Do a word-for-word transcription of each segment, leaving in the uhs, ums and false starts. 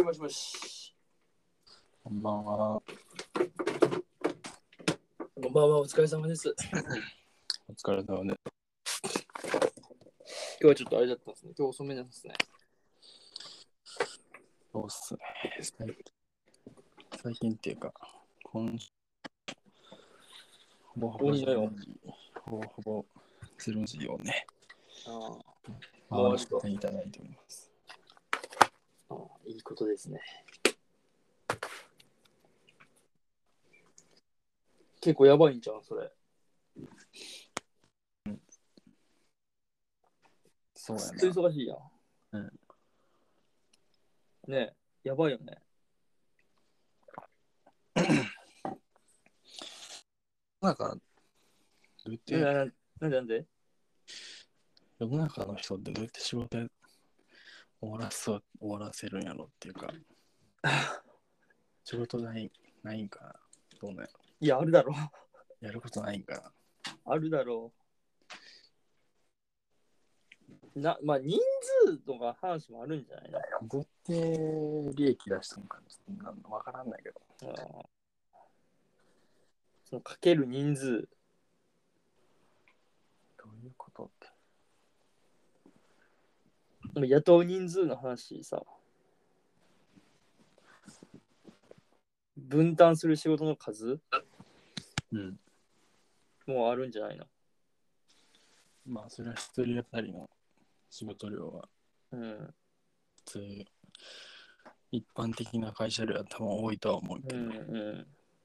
もしもし。 こんばんは。 こんばんは、お疲れ様です。 お疲れ様です。 今日はちょっとあれだったんですね。今日遅めなんですね。 そうっすね。最近、最近っていうか、今週、ほぼほぼゼロ時、ほぼほぼゼロ時をね、 ああ、もう回終わるとらせていただいております。 ああ、いいことですね。結構やばいんじゃん、それ。 そうやずっとな。 忙しいやん。 うん。 ねえ、やばいよね。 なんか、どうやって、 なんでなんでなんで世の中の人ってどうやって仕事終わらそう終わらせるんやろっていうか、仕事ない、ないんかな。どうなんやろ。 いや、あるだろやることないんかな。 う。あるだろう。な、まあ、人数とか話もあるんじゃないの。 どうやって利益出したのか、ちょっとなんわからんないけど。 ああ、そのかける人数。 どういうことって。 雇う人数の話さ、分担する仕事の数うん。 もあるんじゃないの。 まあ、それは一人当たりの仕事量はうん。 普通、一般的な会社よりは多分多いとは思うけど、 うんうん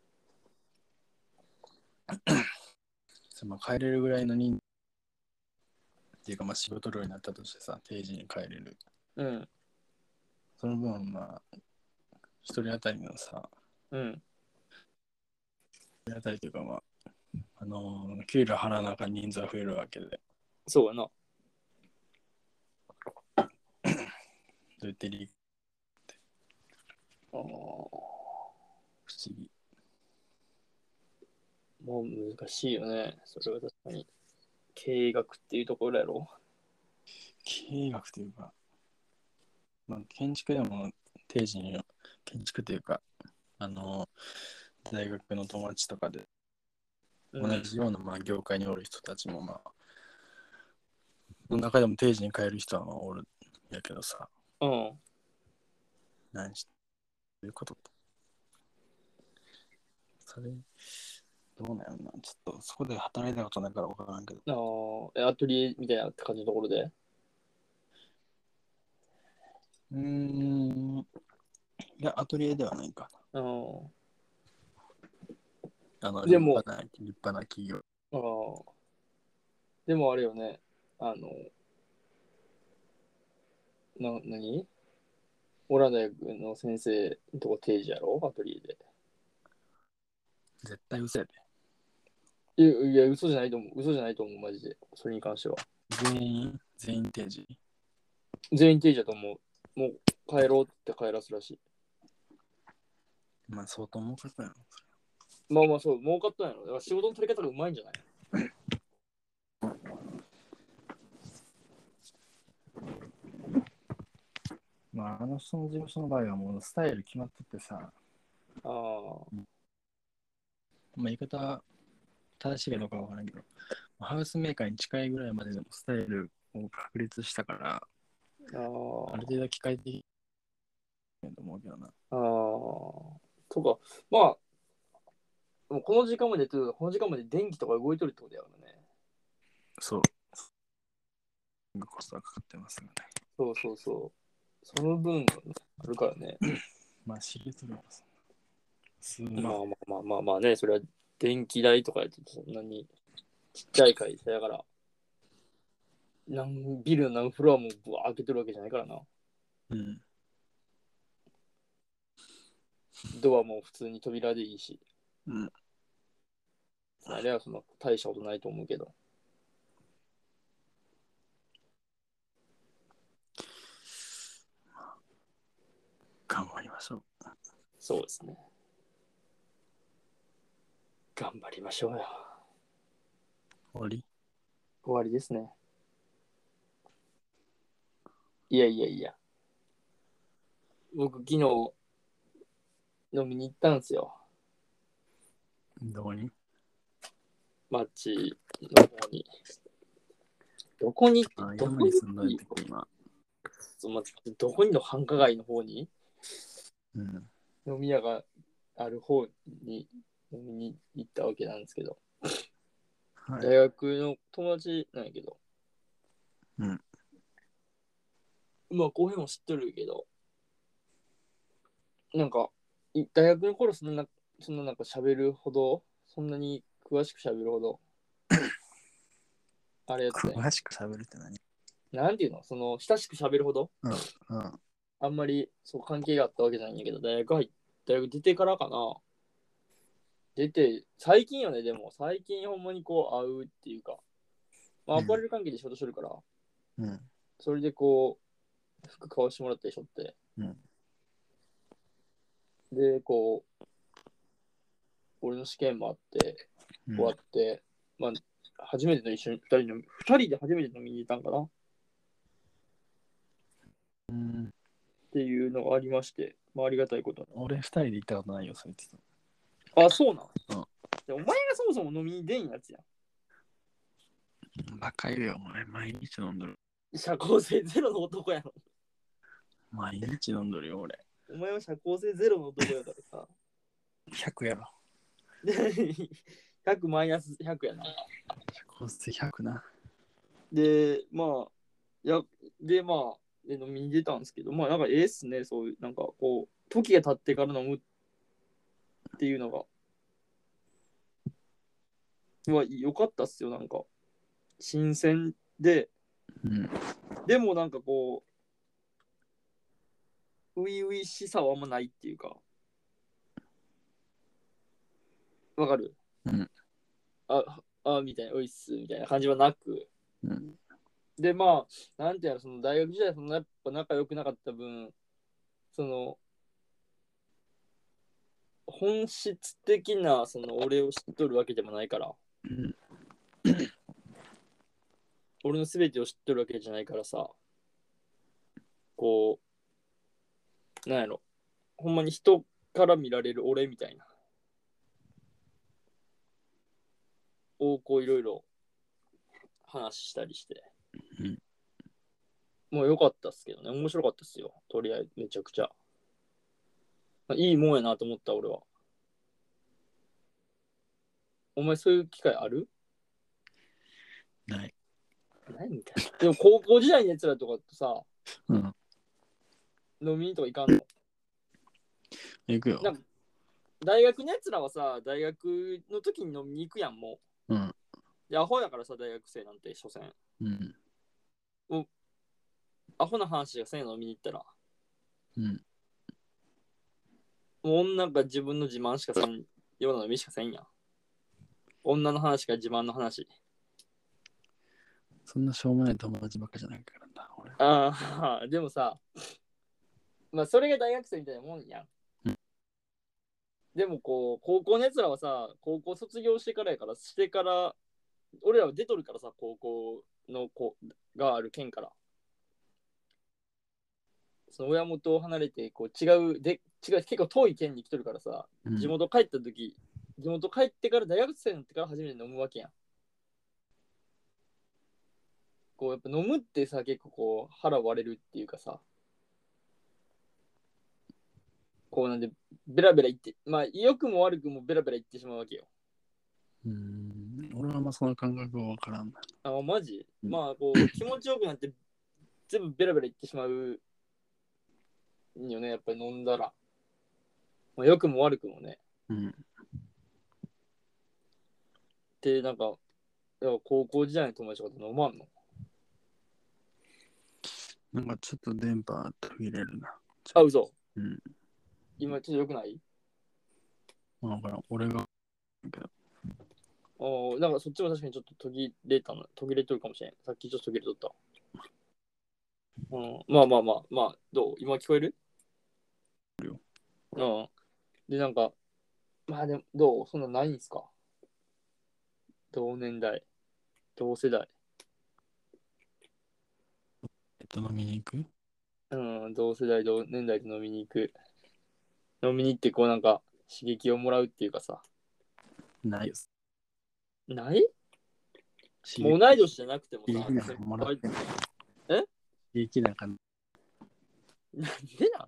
その帰れるぐらいの人っていうか、まあ仕事量になったとしてさ、定時に帰れる。 うんその分、まあ、一人当たりのさ、 うん一人当たりというか、まあ、あのー給料払わなあかん人数は増えるわけで、 そうやな。 どうやって利益ああ、 不思議。 もう難しいよね。それは確かに。経営学っていうところやろ。 経営学というか、まあ、建築でも定時に、建築というか、あのー大学の友達とかで、同うん。 じようなまあ業界におる人たちもまあ、その中でも定時に帰る人はおるんやけどさ、 うん。 何し、どういうことって。それ、どうなんやろな。ちょっとそこで働いたことないから分からんけど。 ああ、アトリエみたいな感じのところで。 うーん、いや、アトリエではないかうん。 な。あの、立でも、 派な、立派な企業。 ああ、でもあれよね。あの、な、何オランダ大学の先生のとこ定時やろアトリエで。 絶対嘘やで。 いや、いや、嘘じゃないと思う。嘘じゃないと思う、マジで。それに関しては。 全員、全員定時。 全員定時だと思う。もう帰ろうって帰らすらしい。 まあ、相当儲かったんやろ。 まあまあそう、儲かったんやろ。だから仕事の取り方がうまいんじゃない。 まあ、あの人の事務所の場合はもうスタイル決まっとってさ、 ああ、 まあ、言い方正しいかどうかわからんけど、ハウスメーカーに近いぐらいまででもスタイルを確立したから、 ああ、 ある程度機械的だと思うけどな。 ああ、とか、まあ、もうこの時間までやってるこの時間まで電気とか動いとるってことやからね。 そう。コストがかかってますよね。 そうそうそう。その分あるからね。 まあ、知りとるは数まあ万。 まあまあまあまあね、それは電気代とかやとそんなにちっちゃい会社やから、何ビルの何フロアもぶわー開けてるわけじゃないからな。 うん。 ドアも普通に扉でいいし、 うん。 あれはその大したことないと思うけど。 頑張りましょう。 そうですね。頑張りましょうよ。 終わり終わりですね。いやいやいや。 僕昨日飲みに行ったんですよ。 どこに？ 町の方に。どこにあ、 どこに山に住んどいて今。 そのどこにの繁華街の方にうん。 飲み屋がある方に飲みに行ったわけなんですけど、 はい。 大学の友達なんやけど、 うん。 まあ後編も知ってるけど、なんかい大学の頃そんなそんななんか喋るほど、そんなに詳しく喋るほどあれやってん。 詳しく喋るって何？ なんていうの、その親しく喋るほどうん。うん。 あんまりそう関係があったわけじゃないんやけど、大学入っ大学出てからかな。出て、最近よね、でも、最近ほんまにこう会うっていうか、まあ、アパレル関係で仕事してるから、 うん。 それでこう、服買わしてもらったりしょって、 うん。 で、こう、俺の試験もあって、 うん。 終わって、まあ、初めての一緒に、二人の、二人で初めて飲みに行ったんかなっうん。 ていうのがありまして、まあ、ありがたいことに。 俺二人で行ったことないよ、そいつと。 あ、そうなん。 うんでお前がそもそも飲みに出んやつやバカ言うよ、お前。毎日飲んどる。 ん。社交性ゼロの男やろ。 毎日飲んどるよ、俺。 お前は社交性ゼロの男やからさ。 ひゃくやろ。 ひゃくマイナスひゃくやな。 社交性ひゃくな。 で、まあ、や、で、まあ、で飲みに出たんですけど、まあ、なんかええっすね、そういう、なんかこう、時が経ってから飲むっていうのが、まあ、よかったっすよ、なんか。新鮮で、 うん。 でもなんかこう、初々しさはあんまないっていうか、わかる？ うん。 あ、あ、みたいな、おいっす、みたいな感じはなく、 うん。 で、まあ、なんていうの、その大学時代、そのやっぱ仲良くなかった分、その、本質的な、その、俺を知っとるわけでもないから、 うん。 俺の全てを知っとるわけじゃないからさ、こう、なんやろ、ほんまに人から見られる俺みたいな、をこういろいろ話したりして、 うん。 もう良かったっすけどね、面白かったっすよ、とりあえず、めちゃくちゃ。いいもんやなと思った、俺は。お前そういう機会ある？ ない。 ないんかい。でも高校時代のやつらとかとさ、 うん。 飲みにとか行かんの？ 行くよ。 なんか大学のやつらはさ、大学の時に飲みに行くやん、もうん。 う。で、アホやからさ、大学生なんて、所詮。 うん。 もう、アホな話がせん飲みに行ったら、 うん。 もう女が自分の自慢しかせん、ような飲みしかせんやん。女の話か自慢の話。 そんなしょうもない友達ばっかじゃないからな、俺。 ああ、でもさ、まあ、それが大学生みたいなもんやん。 うん。 でもこう、高校のやつらはさ、高校卒業してからやから、してから、俺らは出とるからさ、高校の子がある県から。その親元を離れて、こう違う、で、違う、結構遠い県に来とるからさ、 うん地元帰った時、地元帰ってから大学生になってから初めて飲むわけやん。こう、やっぱ飲むってさ、結構こう、腹割れるっていうかさ、こうなんで、ベラベラ言って、まあ、良くも悪くもベラベラ言ってしまうわけよ。 うん。俺はあんまその感覚はわからんな。 あ、マジ、 うん、 まあ、こう、気持ちよくなって、全部ベラベラ言ってしまうよね、やっぱり飲んだら。まあ、良くも悪くもね。 うん。 で、なんか、いや高校時代の友達とかと飲まんの？ なんかちょっと電波途切れるな。 あ、嘘。 うん。 今ちょっと良くない？ まあ、わからん。俺が。 ああ、なんかそっちも確かにちょっと途切れたの、途切れとるかもしれん。さっきちょっと途切れとった。うん、まあまあまあ、まあ、どう今聞こえる？うん。で、なんか、まあでも、どうそんなないんすか？同年代、同世代。 えっと、飲みに行く？ うん、同世代、同年代で飲みに行く。飲みに行って、こうなんか、刺激をもらうっていうかさ。 ないよ。 ない刺激もう同い年じゃなくてもさ、 刺激なんかもらってない。 え刺激なんか、 なんでなん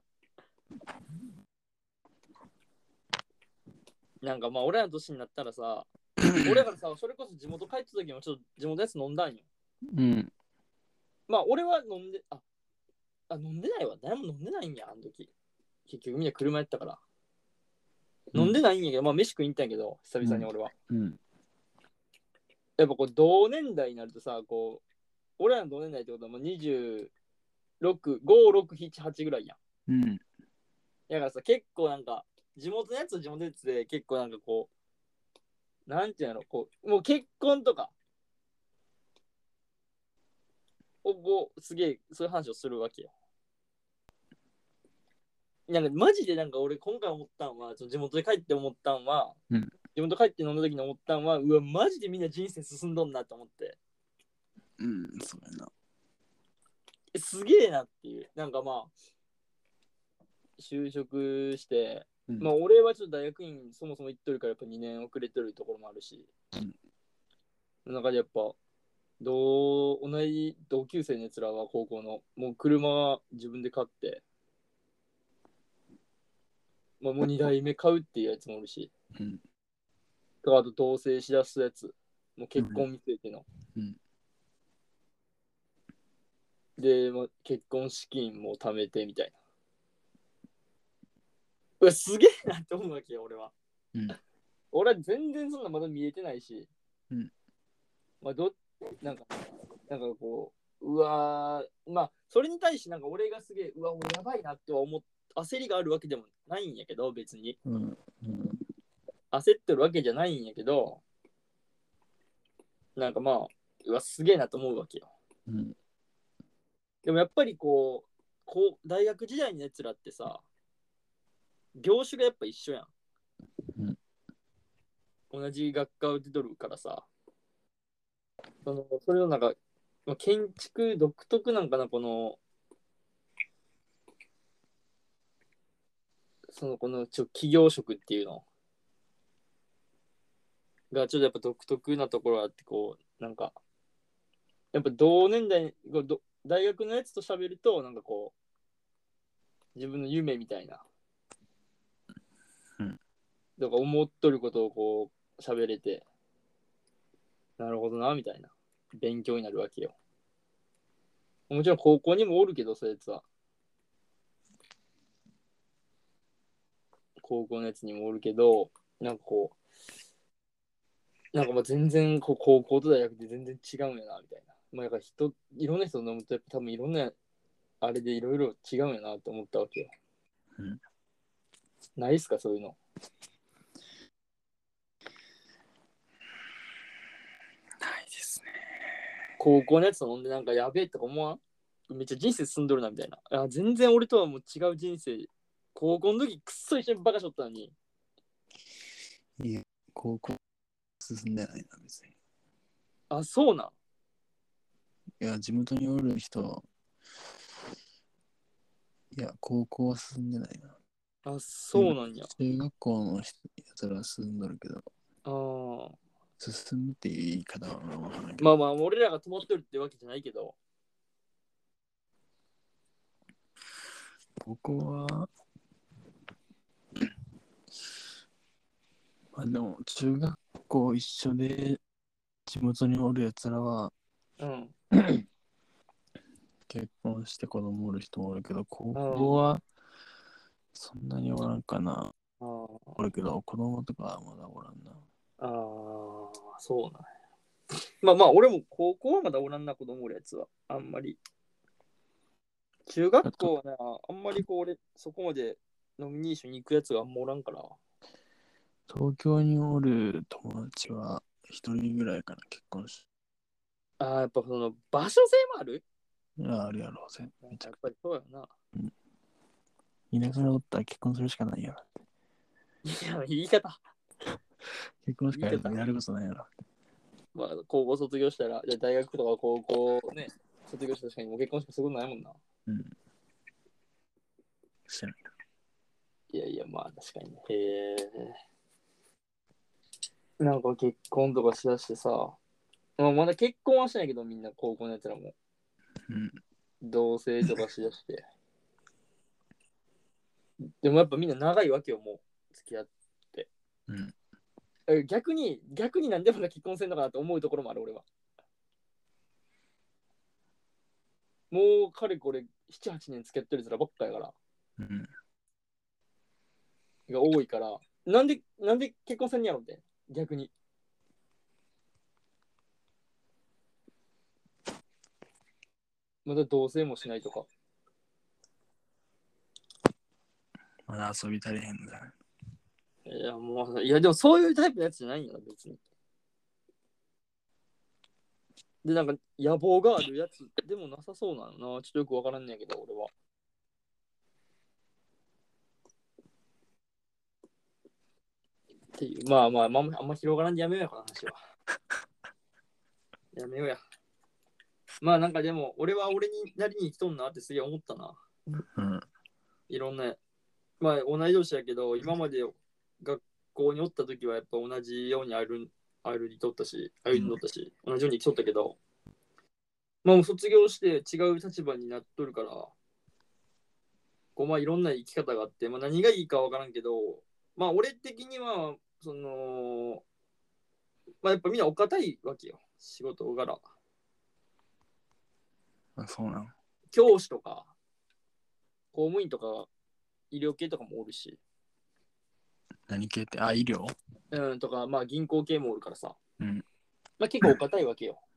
なんかまあ、俺らの年になったらさ、俺らがさ、それこそ地元帰った時もちょっと地元のやつ飲んだんよ。 うん。 まあ、俺は飲んで、あ、あ飲んでないわ。誰も飲んでないんや、あの時。結局みんな車やったから。飲んでないんやけど、まあ、飯食いに行ったんやけど、久々に俺は。 うん。 やっぱこう、同年代になるとさ、こう、俺らの同年代ってことはもうにじゅうろく、ご、ろく、なな、はちぐらいやん。 うん。 だからさ、結構なんか、地元のやつと地元のやつで結構なんかこう、なんていうの、こう、もう結婚とか、をこう、すげえ、そういう話をするわけよ。なんかマジでなんか俺今回思ったんは、その地元で帰って思ったんは、 うん。 地元帰って飲んだ時に思ったんは、うわ、マジでみんな人生進んどんなと思って、 うん。そうやな。 えすげえなっていう。なんかまあ、就職して、 うん。 まあ俺はちょっと大学院そもそも行っとるからやっぱにねん遅れてるところもあるし、うん、中でやっぱ、同同じ同級生のやつらは高校の、もう車は自分で買って、まあ、もうにだいめ買うっていうやつもおるし、 うん。 とかあと同棲しだすやつ、もう結婚見据えての。 うん。 で、まあ、結婚資金も貯めてみたいな。うわ、すげえなって思うわけよ、俺は。 うん。 俺は全然そんなまだ見えてないし、 うん。 まあ、ど、なんか、なんかこう、うわー、まあ、それに対してなんか俺がすげえ、うわ、俺やばいなって思っ焦りがあるわけでもないんやけど、別に。 うん。 焦ってるわけじゃないんやけど、なんかまあ、うわ、すげえなと思うわけよ。 うん。 でもやっぱりこう、こう大学時代のやつらってさ、業種がやっぱ一緒やん。 うん。 同じ学科を出とるからさ、そのそれをなんか、まあ建築独特なんかな、この、そのこのちょ企業職っていうのがちょっとやっぱ独特なところがあって、こう、なんか、やっぱ同年代、こうど大学のやつと喋ると、なんかこう、自分の夢みたいな、 うん。 とか思っとることをこう、喋れて、なるほどな、みたいな、勉強になるわけよ。もちろん高校にもおるけど、そういうやつは。高校のやつにもおるけど、なんかこう、なんかまあ全然こう高校と大学で全然違うんやな、みたいな。まあ、やっぱ人、いろんな人と飲むと、やっぱ多分いろんなあれでいろいろ違うんやなって思ったわけよ。 うん。 ないっすか、そういうの。 ないですね。 高校のやつと飲んでなんかやべえとか思わん？めっちゃ人生進んどるな、みたいな。あ、全然俺とはもう違う人生。高校の時くっそ一緒にバカしとったのに。 いや、高校進んでないな、別に。 あ、そうなん。 いや、地元におる人、いや、高校は進んでないな。 あ、そうなんや。 中学校の人やつらは進んどるけど、 ああ。 進むっていう言い方はわからんけど、 まあまあ、俺らが止まってるってわけじゃないけど。 高校は、まあでも、中学校一緒で地元におるやつらは、 うん。 結婚して子供おる人もおるけど、高あ校はそんなにおらんかな。 あ。 おるけど、子供とかはまだおらんな。 ああ、そうなんや。まあまあ、俺も高校はまだおらんな、子供おるやつは。あんまり。中学あと、 校はな、あんまりこう俺、そこまで飲みに一緒に行くやつがあんまおらんから。 東京におる友達は一人ぐらいかな、結婚し。 ああ、やっぱその場所性もある。 いや、あるやろ、ぜ。 なんかやっぱりそうやな。 うん。田舎におったら結婚するしかないやろ。 いや、言い方。 結婚しかや言い方。 るやることないやろ。 まあ、高校卒業したら、じゃあ大学とか高校ね、卒業したら確かにもう結婚しかすることないもんな。 うん。 してない。 いやいや、まあ確かにね。へえ。なんか結婚とかしだしてさ、まあ、まだ結婚はしないけど、みんな高校のやつらも。 うん。 同棲とかしだして。でもやっぱみんな長いわけよ、もう。付き合って。 うん。 え逆に、逆になんでまだ結婚せんのかなと思うところもある、俺は。もう、かれこれ、なな、はちねん付き合ってるやつらばっかやから。 うん。 が多いから、なんで、なんで結婚せんにやろうって、逆に。まだ同棲もしないとか。 まだ遊び足りへんんだ。 いや、もう、いや、でもそういうタイプのやつじゃないんやな、別に。で、なんか、野望があるやつでもなさそうなのな。ちょっとよくわからんねんけど、俺は。っていう、まあまあ、まあ、あんま広がらんでやめようや、この話は。やめようや。まあなんかでも、俺は俺になりに生きとんなってすげえ思ったな。 うん。 いろんな、まあ同い年やけど、今まで学校におった時はやっぱ同じように歩ん歩いとったし、歩んどったし、同じように生きとったけど、まあもう卒業して違う立場になっとるから、こうまあいろんな生き方があって、まあ何がいいかわからんけど、まあ俺的には、その、まあやっぱみんなお堅いわけよ、仕事柄。 あ、そうなの。 教師とか、公務員とか、医療系とかもおるし、 何系って、あ、医療。 うん、とか、まあ銀行系もおるからさ、 うん。 まあ結構お堅いわけよ。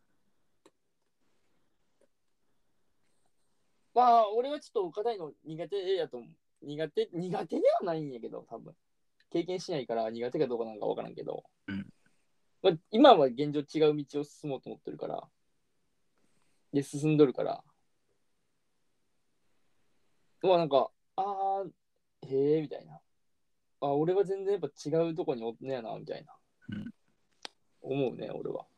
まあ俺はちょっとお堅いの苦手やと思う。苦手、苦手ではないんやけど、多分。経験しないから苦手かどうかなんかわからんけど、 うん。 まあ、今は現状違う道を進もうと思ってるから、で、進んどるから、まあなんか、あー、へえ、みたいな。あ、俺は全然やっぱ違うとこにおんねやな、みたいな。 うん。 思うね、俺は。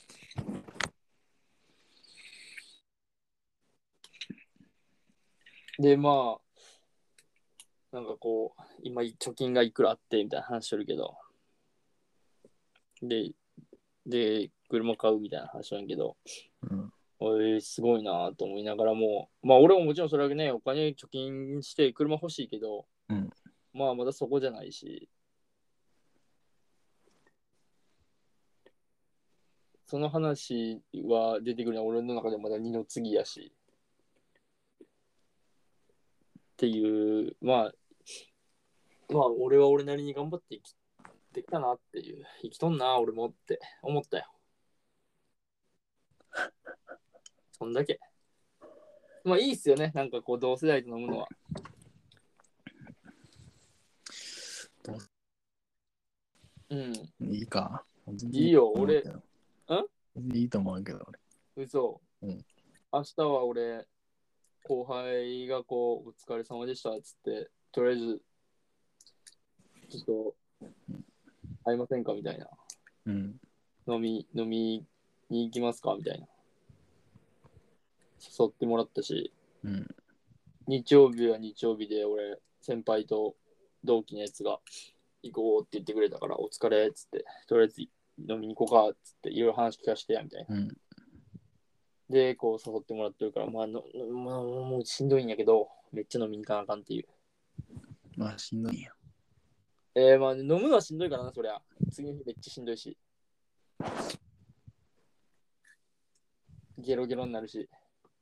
で、まあ、なんかこう、今貯金がいくらあってみたいな話してるけど、で、で、車買うみたいな話なんやけど、 うん。 おい、すごいなと思いながらも、まあ俺ももちろんそれだけね、お金貯金して車欲しいけど、 うん。 まあまだそこじゃないし、その話は出てくるのは俺の中でまだ二の次やし、っていう、まあ、まあ俺は俺なりに頑張って生きてきたなっていう、生きとんな、俺もって思ったよ。そんだけ。まあいいっすよね、なんかこう同世代と飲むのは。うん。 いいか。 いいよ、俺、んいいと思うけど、俺。 嘘。 うん。 明日は俺、後輩がこう、お疲れ様でしたっつって、とりあえず、ちょっと、会いませんかみたいな。 うん。 飲み、飲みに行きますかみたいな。誘ってもらったし、 うん。 日曜日は日曜日で俺、先輩と同期のやつが行こうって言ってくれたから、お疲れっつって、とりあえず飲みに行こうかっつって、いろいろ話聞かせてや、みたいな。 うん。 で、こう誘ってもらってるから、まあ、のまあ、もうしんどいんやけど、めっちゃ飲みに行かなあかんっていう。 まあ、しんどいんや。 えー、まあ、飲むのはしんどいからな、そりゃ。次の日めっちゃしんどいし。ゲロゲロになるし。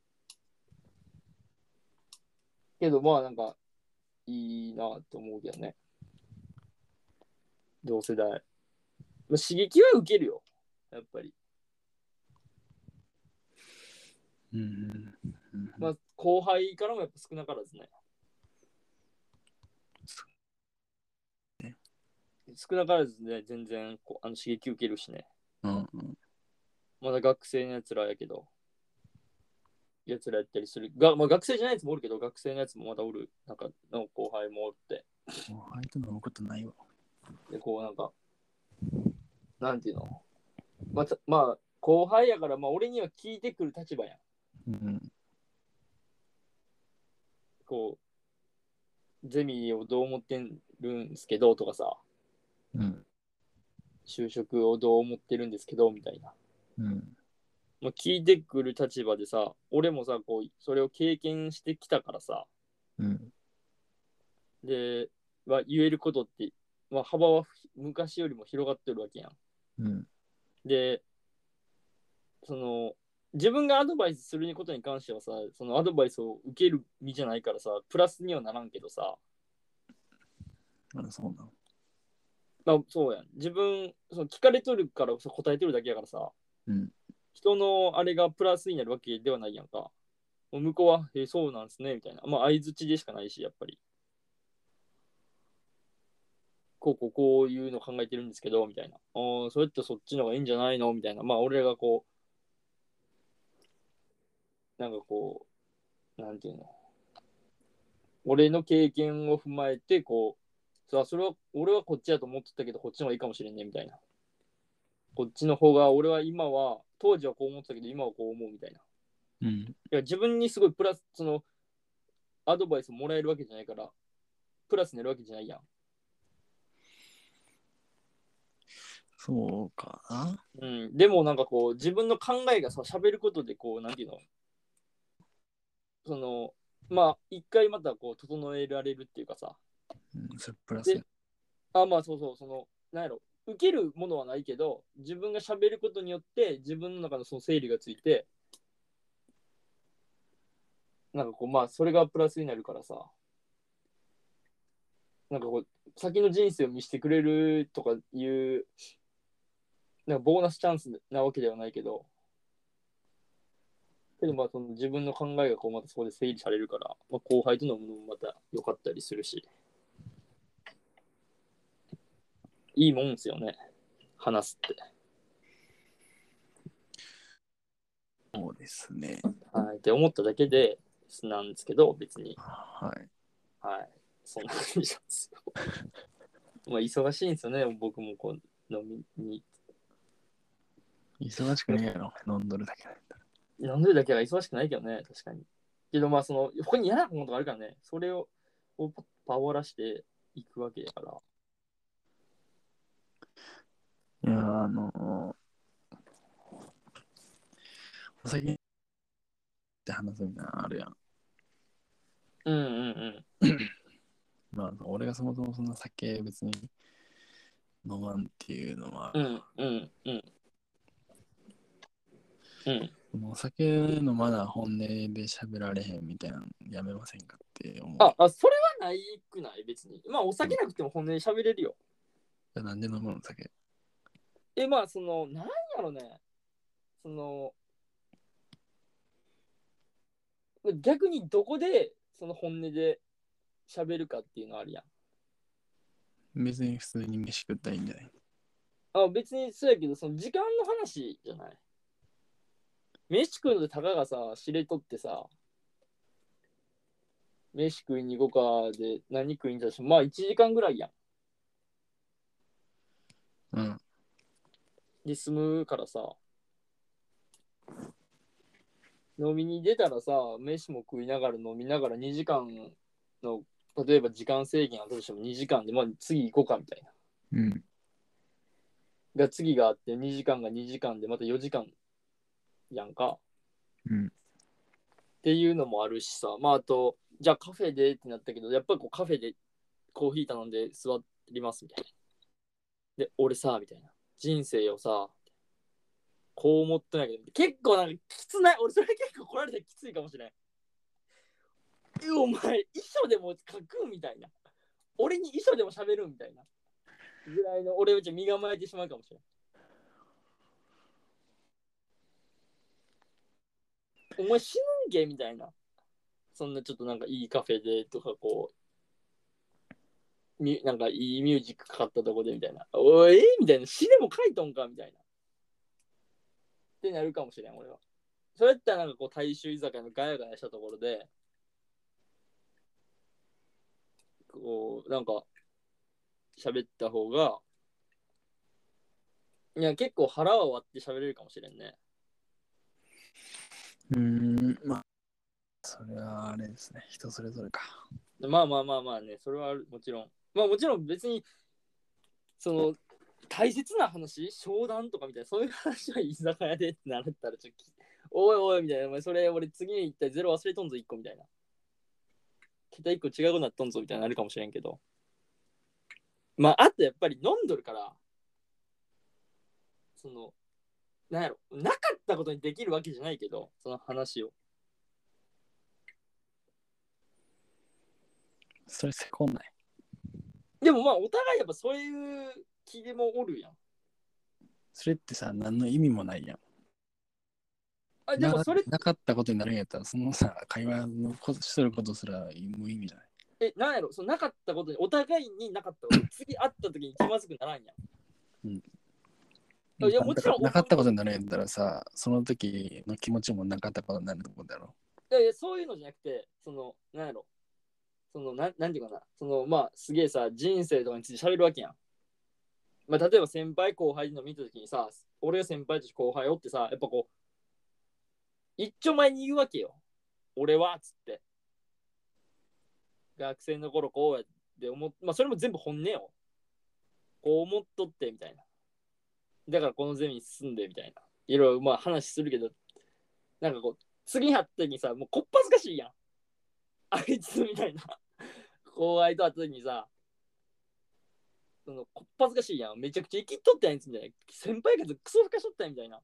けど、まあ、なんか、いいなと思うけどね。同世代。まあ、刺激は受けるよ。やっぱり。 うん。うん。 まあ、後輩からもやっぱ少なからずね。少なからずね、全然こうあの刺激受けるしね。 うん。 まだ学生のやつらやけど、やつらやったりする。がまあ、学生じゃないやつもおるけど、学生のやつもまだおる。なんかの後輩もおって。 もう、相手のことないわ。 で、こうなんか、なんていうのまた、まあ、後輩やから、まあ、俺には聞いてくる立場やん。 うん。 こゼミをどう思ってるんですけどとかさ、 うん。 就職をどう思ってるんですけどみたいな。 うん。 まあ、聞いてくる立場でさ、俺もさ、こう、それを経験してきたからさ、 うん。 で、まあ、言えることって、まあ、幅は昔よりも広がってるわけやん。 うん。 で、その、自分がアドバイスすることに関してはさ、そのアドバイスを受ける身じゃないからさ、プラスにはならんけどさ、 あ、そうなの。 まあ、そうやん。自分、その聞かれとるから答えてるだけやからさ、 うん。 人のあれがプラスになるわけではないやんか。もう向こうは、えーそうなんですね、みたいな。まあ、相づちでしかないし、やっぱり。こうこうこういうの考えてるんですけど、みたいな。ああ、それってそっちの方がいいんじゃないのみたいな。まあ、俺がこう、なんかこう、なんていうの。俺の経験を踏まえて、こう、さあ、それは、俺はこっちだと思ってたけど、こっちの方がいいかもしれんね、みたいな。こっちの方が、俺は今は、当時はこう思ってたけど、今はこう思うみたいな。 うん。 いや、自分にすごいプラス、その、アドバイスもらえるわけじゃないから、プラスになるわけじゃないやん。 そうかな。 うん。でもなんかこう、自分の考えがさ、喋ることで、こう、なんていうの、その、まあ、一回またこう、整えられるっていうかさ。 うん。それプラスや。 で、あ、まあそうそう、その、なんやろ、受けるものはないけど、自分が喋ることによって、自分の中のその整理がついて、なんかこう、まあ、それがプラスになるからさ、なんかこう、先の人生を見せてくれるとかいう、なんかボーナスチャンスなわけではないけど、けどまあその自分の考えがこうまたそこで整理されるから、まあ、後輩とのものもまた良かったりするし、いいもんですよね、話すって。 そうですね。 はい、って思っただけでなんですけど、別に、 はい。 はい、そんな感じなんですよ。まあ忙しいんですよね、僕もこう飲みに。 忙しくねえやろ。飲んどるだけだったら。 飲んでるだけは忙しくないけどね、確かに。けどまあその、他に嫌なことがあるからね、それををパワーらしていくわけだから。 いや、あのお酒って話すみたいなのあるやん。 うんうんまあ、俺がそもそもそんな酒別に飲まんっていうのは、 うん。うんうんうんうん。 もうお酒飲まな本音で喋られへんみたいなのやめませんかって思う。 あ、あ、それはないくない別に。まあお酒なくても本音で喋れるよ。 じゃあなんで飲むの酒。 え、まあその、なんやろね。その、逆にどこでその本音で喋るかっていうのあるやん。 別に普通に飯食ったらいいんじゃない。 あ、別にそうやけど、その時間の話じゃない。飯食うのでたかがさ、知れとってさ、飯食いに行こうかで何食いに行ったとしても、まあいちじかんぐらいやん。 うん。 で済むからさ、飲みに出たらさ、飯も食いながら飲みながらにじかんの、例えば時間制限あったとしてもにじかんで、まあ次行こうかみたいな。 うん。 が次があってにじかんがにじかんでまたよじかんやんか。 うん。 っていうのもあるしさ、まああと、じゃあカフェでってなったけど、やっぱりこうカフェでコーヒー頼んで座りますみたいな。で、俺さ、みたいな。人生をさ、こう思ってないけど、結構なんかきつない。俺それ結構来られたらきついかもしれん。え、お前、遺書でも書くみたいな。俺に遺書でも喋るみたいな。ぐらいの俺はじゃ身構えてしまうかもしれん。お前死ぬんけみたいな。そんなちょっとなんかいいカフェでとかこう、みなんかいいミュージックかかったとこでみたいな。おい、えみたいな。死でも書いとんかみたいな。ってなるかもしれん、俺は。それやったらなんかこう大衆居酒屋のガヤガヤしたところで、こう、なんか喋った方が、いや、結構腹は割って喋れるかもしれんね。 うーん。まあ、 それはあれですね。人それぞれか。 まあまあまあまあね、それはもちろん。まあもちろん別に、その、大切な話、商談とかみたいな、そういう話は居酒屋でってなったら、ちょっと、おいおいみたいな、お前それ俺次に行ったらゼロ忘れとんぞいっこみたいな。桁いっこ違うくなっとんぞみたいになるかもしれんけど。まあ、あとやっぱり飲んどるから、その、なんやろ、なかったことにできるわけじゃないけど、その話を。 それせこんない。 でもまあ、お互いやっぱそういう気でもおるやん。 それってさ、何の意味もないやん。 あでもそれな、なかったことになるんやったら、そのさ、会話のことしとることすら無意味じゃない。 え、なんやろ、そのなかったことに、お互いになかったことに、次会った時に気まずくならんやん。 うん。 いや、もちろんなかったことになるんやったらさ、その時の気持ちもなかったことになると思うんだろいやいや、そういうのじゃなくて、その、なんやろ、その、なんなんていうかな、その、まあ、すげえさ、人生とかについて喋るわけやん。まあ、例えば先輩後輩の見た時にさ、俺が先輩として後輩おってさ、やっぱこう、一丁前に言うわけよ。俺はっつって。学生の頃こうやって思っ、まあ、それも全部本音よ。こう思っとってみたいな。だからこのゼミに進んでみたいな。いろいろまあ話するけど、なんかこう、次に会った時にさ、もうこっぱずかしいやん。あいつみたいな。後輩と会った時にさ、そのこっぱずかしいやん。めちゃくちゃ生きとったやんみたいな。先輩方クソ吹かしとったやんみたいな。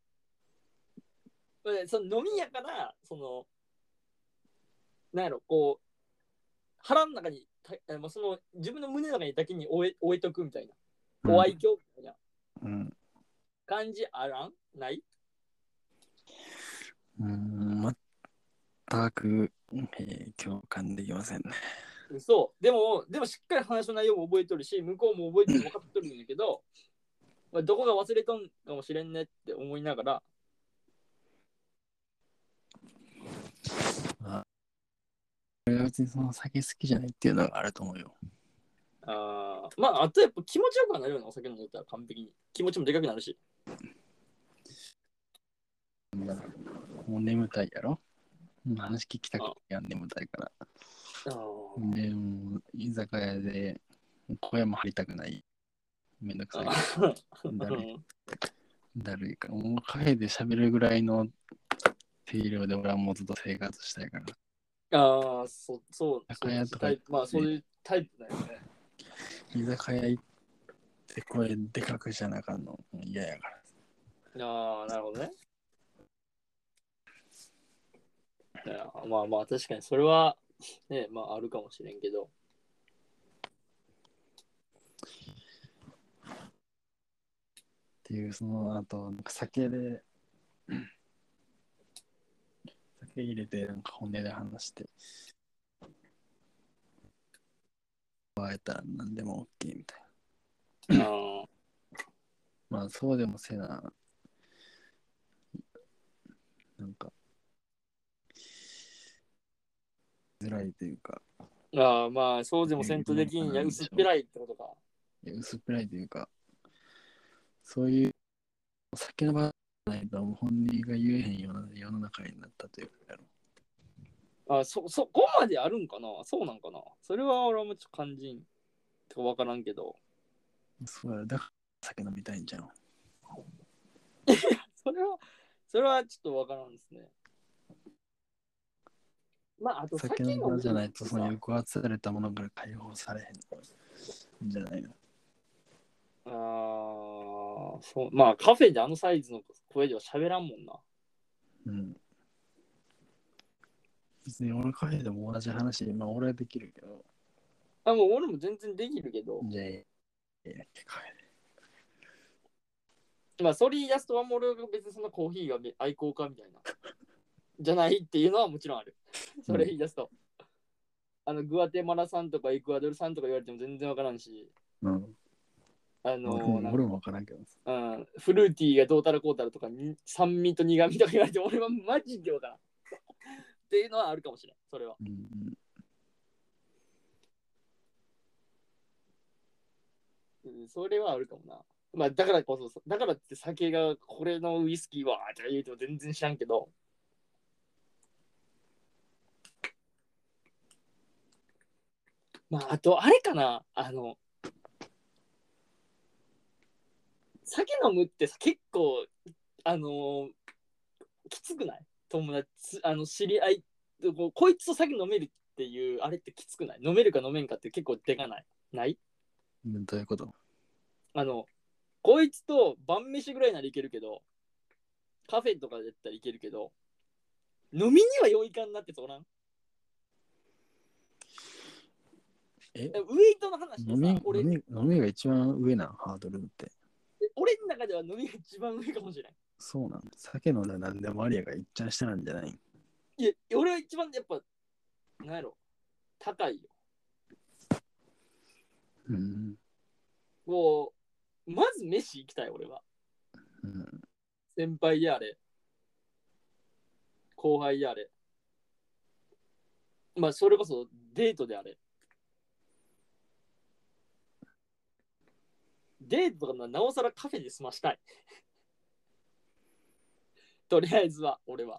その飲みやから、その、なんやろ、こう、腹の中に、まあ、その自分の胸の中にだけに置え置いとくみたいな。お愛嬌みたいな感じあらんない？ うん、全く、えー、共感できませんね。 そう。でも、でもしっかり話の内容も覚えとるし、向こうも覚えてる分かっとるんだけど、まあ、どこが忘れとんかもしれんねって思いながら。 あ、俺が別にその酒好きじゃないっていうのがあると思うよ。 あまあ、あとやっぱ気持ちよくはなるようなお酒飲んでたら完璧に。気持ちもでかくなるし。 もう眠たいやろ。話聞きたくてやん眠たいから。で、もう居酒屋で声も張りたくない。めんどくさい。だるい。だるいから。もうカフェで喋るぐらいの定量で俺はもうずっと生活したいから。 ああ、そう、そう、 居酒屋とか、 まあそういうタイプだよね。 居酒屋行って声でかくじゃなあかんの嫌やから。ああ、なるほどね。いやまあまあ確かにそれはね、まああるかもしれんけど。 っていう、その後、なんか酒で、酒入れて、なんか本音で話して、加えたら何でも OK みたいな。あまあそうでもせな、なんか、辛いというか。 ああ、まあそうでもせんとできんや、薄っぺらいってことか。 いや薄っぺらいというか、そういう酒の場ないと本音が言えへんような世の中になったというかやろ。 あそ、そこまであるんかな、そうなんかな、それは俺はもちょっと感じんとか分からんけど。 そうや、だから酒飲みたいんじゃん。 それは、それはちょっと分からんですね。まあ、あと酒の場じゃないと、その抑圧されたものから解放されへんんじゃないの。 ああ、そう、まあカフェであのサイズの声では喋らんもんな。 うん。別に俺カフェでも同じ話、まあ俺はできるけど。 あ、もう俺も全然できるけど。 じゃあ、ええ、カフェで。まあ、それ言い出すとはもう俺が別にそんなコーヒーが愛好家みたいな。じゃないっていうのはもちろんある。それ言い出すと。うん、あの、グアテマラさんとかエクアドルさんとか言われても全然わからんし。 うん。 あのー、 俺もわからんけど、 うん、フルーティーがどうたらこうたらとか、酸味と苦味とか言われても俺はマジでわからん。っていうのはあるかもしれん、それは。うん、それはあるかもな。まあ、だからこそ、だからって酒がこれのウイスキーはじゃあ言うても全然知らんけど。 まあ、あと、あれかな、あの、酒飲むってさ、結構、あのーきつくない？友達、あの、知り合い、こうこいつと酒飲めるっていう、あれってきつくない？飲めるか飲めんかって結構でかないないどういうこと？ あの、こいつと晩飯ぐらいならいけるけど、カフェとかだったらいけるけど、飲みにはよいかんなってそらん？ えウェイトの話で飲みさ、俺、 飲み飲みが一番上なんハードルって。 俺の中では飲みが一番上かもしれない。 そうなん？酒飲んだら何でもありやがいっちゃん下なんじゃない？ いや、俺は一番やっぱ、なんやろ、高いよ。 うん。 もう、まず飯行きたい、俺は。 うん、 先輩であれ、後輩であれ。まあ、それこそデートであれ。デートとかななおさらカフェで済ましたい。とりあえずは、俺は。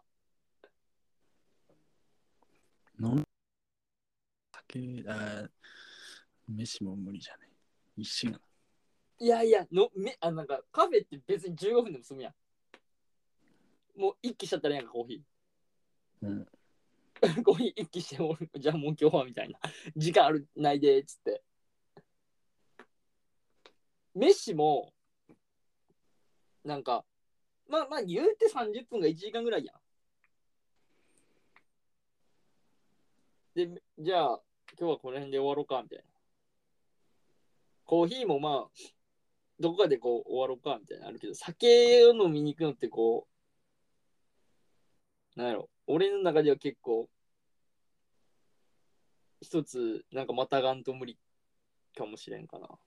飲ん酒、あ飯も無理じゃね。一緒やいやいや、のめあなんかカフェって別にじゅうごふんでも済むやん。もう一気しちゃったらやんか、コーヒな。うん。 ー。コーヒー一気しても、じゃあもう今日はみたいな。時間あるないでっつって。飯も、なんか、まあまあ言うてさんじゅっぷんがいちじかんぐらいやん。で、じゃあ今日はこの辺で終わろうかみたいな。コーヒーもまあ、どこかでこう終わろうかみたいなのあるけど、酒を飲みに行くのってこう、なんやろ、俺の中では結構、一つ、なんかまたがんと無理かもしれんかな。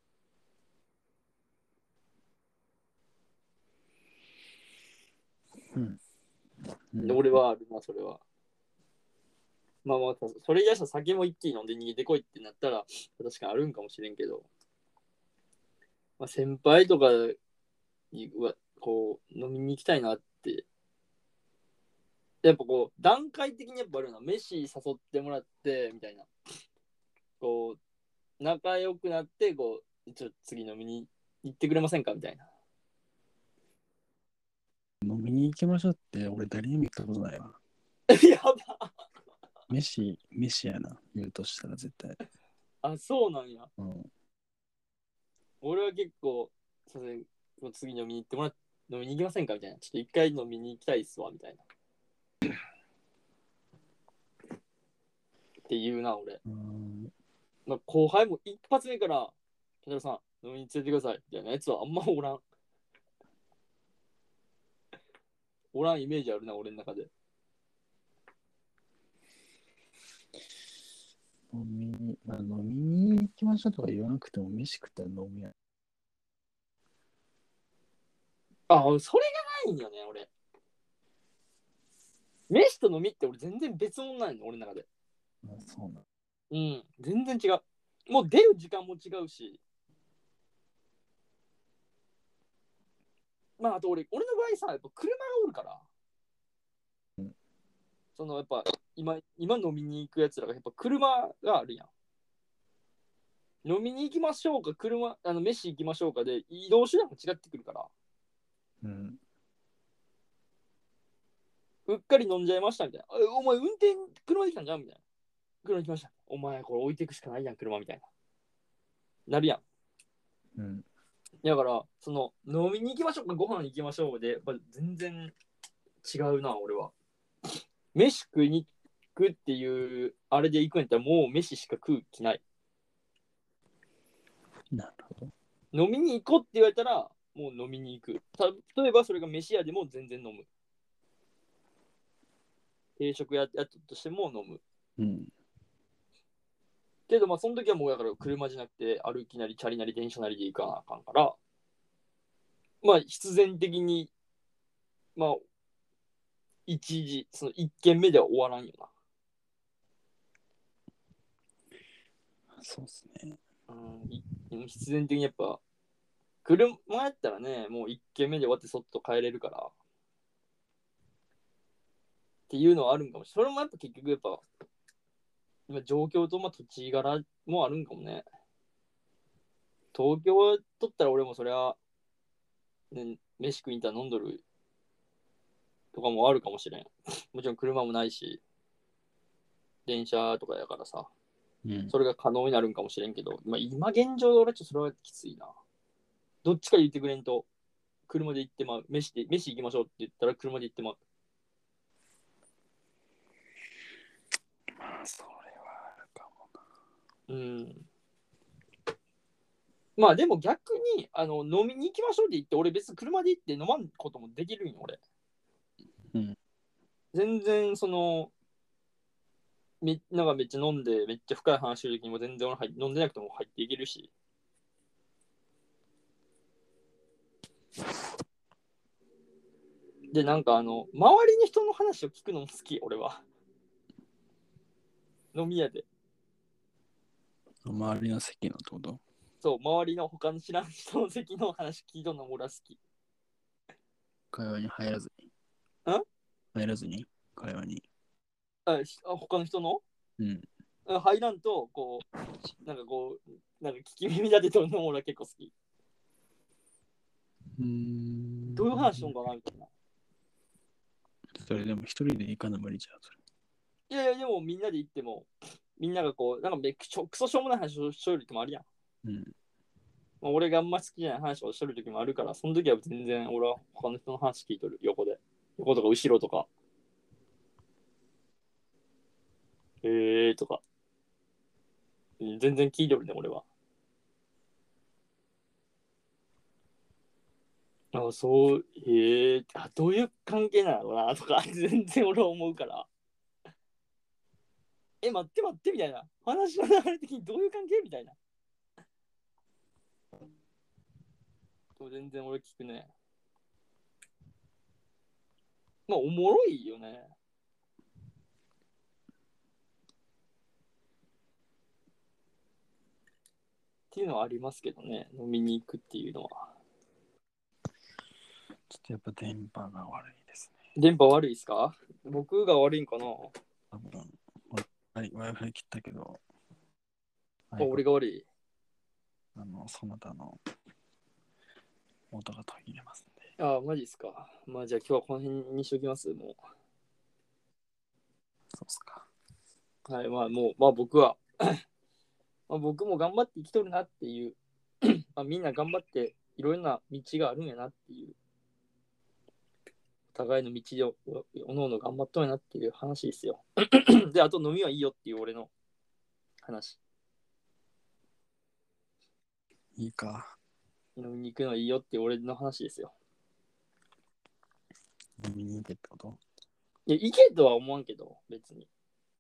うんうでん、 俺はあるな、それは。まあまあ、それやしたら酒も一気に飲んで逃げてこいってなったら、確かにあるんかもしれんけど、まあ、先輩とかには、こう、飲みに行きたいなって、やっぱこう、段階的にやっぱあるな、飯誘ってもらって、みたいな。こう、仲良くなって、こう、ちょっと次飲みに行ってくれませんかみたいな。 飲みに行きましょうって俺誰にも言ったことないわ。 やば。 飯、飯やな、言うとしたら絶対。 あ、そうなんや。 うん。 俺は結構、すいません、次飲みに行ってもらっ飲みに行きませんかみたいな。ちょっと一回飲みに行きたいっすわ、みたいな。っていうな、俺。 うん、 まあ、後輩も一発目から、ケンタロウさん、飲みに連れてください、みたいなやつはあんまおらん。おらんイメージあるな、俺の中で。 飲みに、まあ、飲みに行きましょうとか言わなくても飯食ったら飲みや。 あ、それがないんよね、俺。飯と飲みって俺全然別物ないの、俺の中で。 あ、そうな。 うん、全然違う。もう出る時間も違うし、まあ、あと俺、俺の場合さ、やっぱ車がおるから、 うん、 そのやっぱ今、今飲みに行くやつらがやっぱ車があるやん。飲みに行きましょうか、車、あの飯行きましょうかで移動手段が違ってくるから、 うん。 うっかり飲んじゃいましたみたいな。お前運転、車できたんじゃんみたいな。車で来ました。お前これ置いていくしかないやん、車みたいな。なるやん。 うん。 だから、その飲みに行きましょうか、ご飯行きましょうで、やっぱ全然違うな、俺は。飯食いに行くっていう、あれで行くんやったらもう飯しか食う気ない。 なるほど。 飲みに行こうって言われたら、もう飲みに行く。例えばそれが飯屋でも全然飲む。定食ややったとしても飲む。 うん。 けどまあその時はもうだから車じゃなくて歩きなりチャリなり電車なりで行かなあかんから、まあ必然的にまあ一時その一軒目では終わらんよな。 そうっすね。 うん、必然的にやっぱ車やったらね、もう一軒目で終わってそっと帰れるからっていうのはあるんかもしれない。それもやっぱ結局やっぱ今状況とまあ土地柄もあるんかもね。東京取ったら俺もそりゃ、ね、飯食いに行ったら飲んどるとかもあるかもしれん。もちろん車もないし、電車とかやからさ、 うん、 それが可能になるんかもしれんけど、まあ、今現状で俺はちょっとそれはきついな。どっちか言ってくれんと、車で行ってまう、飯で、飯行きましょうって言ったら車で行ってまう。 まあ、それはあるかもな。 うん。まあでも逆にあの飲みに行きましょうって言って、俺別に車で行って飲まんこともできるんよ、俺。 うん。 全然その、みんながめっちゃ飲んで、めっちゃ深い話してる時にも全然俺入飲んでなくても入っていけるし。で、なんかあの、周りの人の話を聞くのも好き、俺は。飲み屋で。 周りの席のってこと？ そう、周りの他の知らん人の席の話聞いとんのも俺は好き。 会話に入らずに。 ん入らずに会話に。 あ、他の人のうん。 入らんと、こう、なんかこう、なんか聞き耳立てとるのも俺は結構好き。 うーん。 どういう話しとんかなみたいな。 それでも一人で行かな無理じゃん、それ。 いやいや、でもみんなで行っても、みんながこう、なんかめくちょクソしょうもない話をしとる時もあるやん。 うん。 まあ、俺があんま好きじゃない話をしとる時もあるから、その時は全然俺は他の人の話聞いとる、横で。横とか後ろとか。えーとか。うん全然聞いとるね、俺は。あ、そう、へえ、あ、どういう関係なのなとか、全然俺は思うから。え、待って待ってみたいな。話の流れ的にどういう関係みたいな。全然俺聞くね。まあ、おもろいよね。っていうのはありますけどね。飲みに行くっていうのは。 ちょっとやっぱ電波が悪いですね。 電波悪いですか？僕が悪いんかな？ 多分、はい、Wi-Fi 切ったけど、 あ、俺が悪い。 あの、その他の音が途切れますんで。 あ、マジっすか。まあじゃあ今日はこの辺にしときます。もそうっすか。 う。はい、まあもう、まあ僕は、まあ、僕も頑張って生きとるなっていう、まあ、みんな頑張っていろいろな道があるんやなっていう、お互いの道をおのおの頑張っとるなっていう話ですよ。で、あと飲みはいいよっていう俺の話。 いいか。 飲みに行くのはいいよっていう俺の話ですよ。 飲みに行けってこと？ いや、行けとは思わんけど、別に。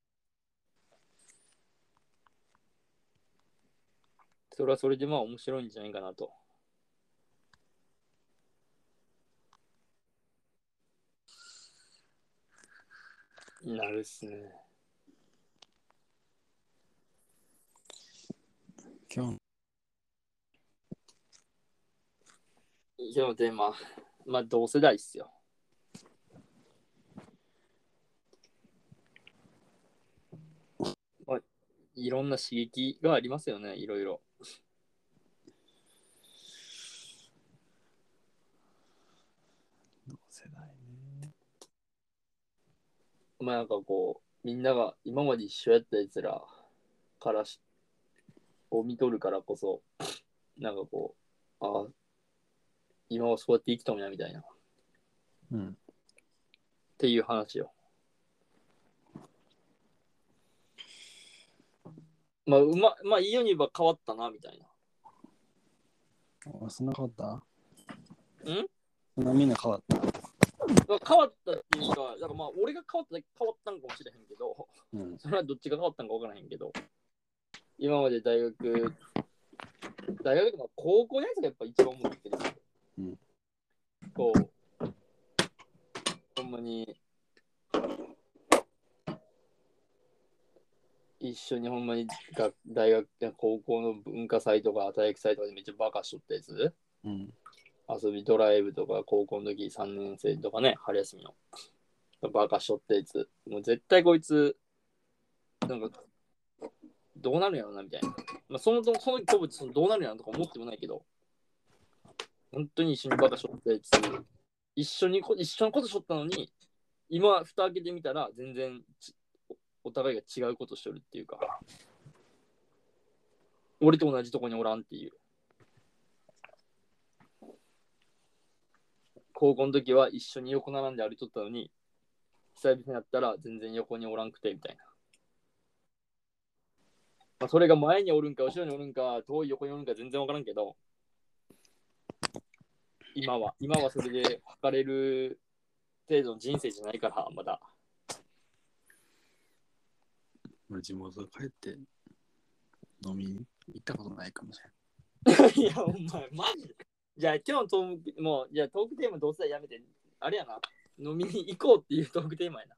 それはそれでまあ面白いんじゃないかなと。なるっすね。 今日今日のテーマ、まあ同世代っすよ。まあ、いろんな刺激がありますよね、いろいろ。 同世代ね。 まあなんかこう、みんなが今まで一緒やったやつらからしを見とるからこそ、なんかこう、ああ、今はそうやって生きとんやみたいな。っうん。 ていう話よ。まあ、うま、まあ、いいように言えば変わったな、みたいな。 あ、そんな変わった？ んそんなみんな変わった？ 変わったっていうか、だからまあ、俺が変わった変わったんかもしれへんけど、 うん。 それはどっちが変わったんか分からへんけど、今まで大学、大学とか高校のやつがやっぱ一番思ってる。 うん。 こう、ほんまに、一緒にほんまに学大学、高校の文化祭とか体育祭とかでめっちゃバカしとったやつ、 うん。 遊びドライブとか高校の時さんねん生とかね、春休みのバカしとったやつ、もう絶対こいつ、なんかどうなるんやろなみたいな。まあ、そのその個物そのどうなるんやろとか思ってもないけど、本当に一緒にバカしょったやつ、一緒に一緒のことしょったのに、今蓋開けてみたら全然お互いが違うことしとるっていうか、俺と同じとこにおらんっていう。高校の時は一緒に横並んで歩いとったのに、久々になったら全然横におらんくてみたいな。まあ、それが前におるんか後ろにおるんか遠い横におるんか全然わからんけど、今は今はそれで測れる程度の人生じゃないからまだ。 俺地元帰って飲みに行ったことないかもしれない。いやお前マジで。じゃあ今日のトークもうじゃあトークテーマどうせやめてあれやな、飲みに行こうっていうトークテーマやな。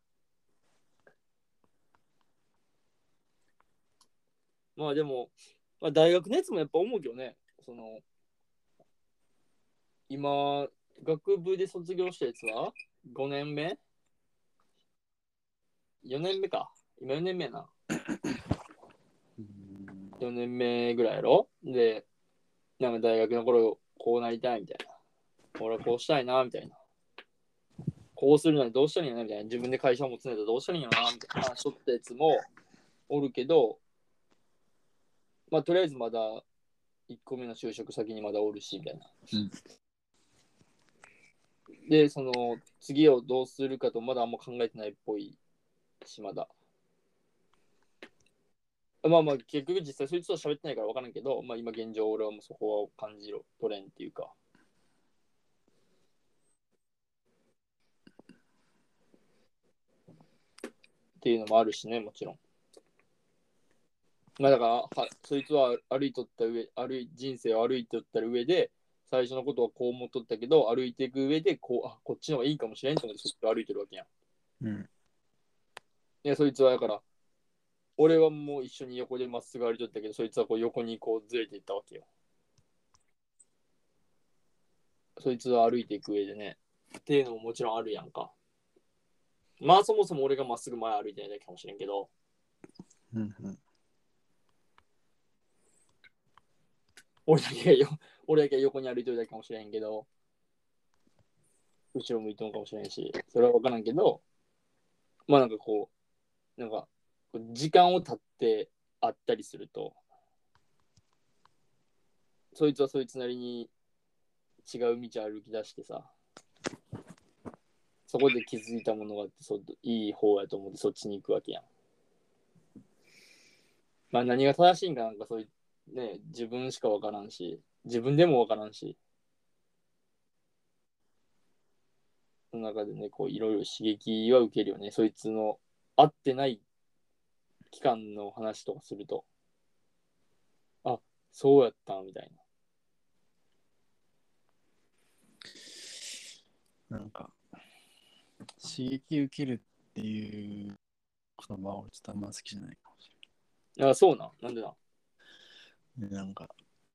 まあでも、まあ、大学のやつもやっぱ思うけどね、その今学部で卒業したやつはごねんめ ?よ 年目か。今よねんめやな。よねんめぐらいやろ。で、なんか大学の頃こうなりたいみたいな。俺はこうしたいなみたいな。こうするのにどうしたらいいんやなみたいな。自分で会社を持つのにどうしたらいいんやなみたいな話しとったやつもおるけど、まあとりあえずまだいっこめの就職先にまだおるしみたいな。うんで、その次をどうするかとまだあんま考えてないっぽいし、まだ。まあまあ、結局実際そいつとは喋ってないから分からんけど、まあ今現状俺はもうそこは感じろ、取れんっていうか。っていうのもあるしね、もちろん。まあだから、はそいつは歩いとった上、歩い人生を歩いとった上で、最初のことはこう思っとったけど、歩いていく上で、こう、あ、こっちの方がいいかもしれんと思ってそっちを歩いてるわけやん。うん。で、そいつはだから、俺はもう一緒に横でまっすぐ歩いとったけど、そいつはこう横にこうずれていったわけよ。そいつは歩いていく上でね。っていうのももちろんあるやんか。まあそもそも俺がまっすぐ前歩いてないだけかもしれんけど。うんうん。俺だけがよ、俺だけが横に歩いてるだけかもしれんけど、後ろ向いてるかもしれんし、それは分からんけど、まあなんかこう、なんか、時間を経って会ったりすると、そいつはそいつなりに違う道歩き出してさ、そこで気づいたものがあって、そいい方やと思ってそっちに行くわけやん。まあ何が正しいんかなんかそういうね、自分しか分からんし、自分でも分からんし、その中でね、こういろいろ刺激は受けるよね。そいつの合ってない期間の話とかすると、あ、そうやったみたいな。なんか、刺激受けるっていう言葉をちょっとあんま好きじゃないかもしれない。あ、そうな。なんでな。 なんか、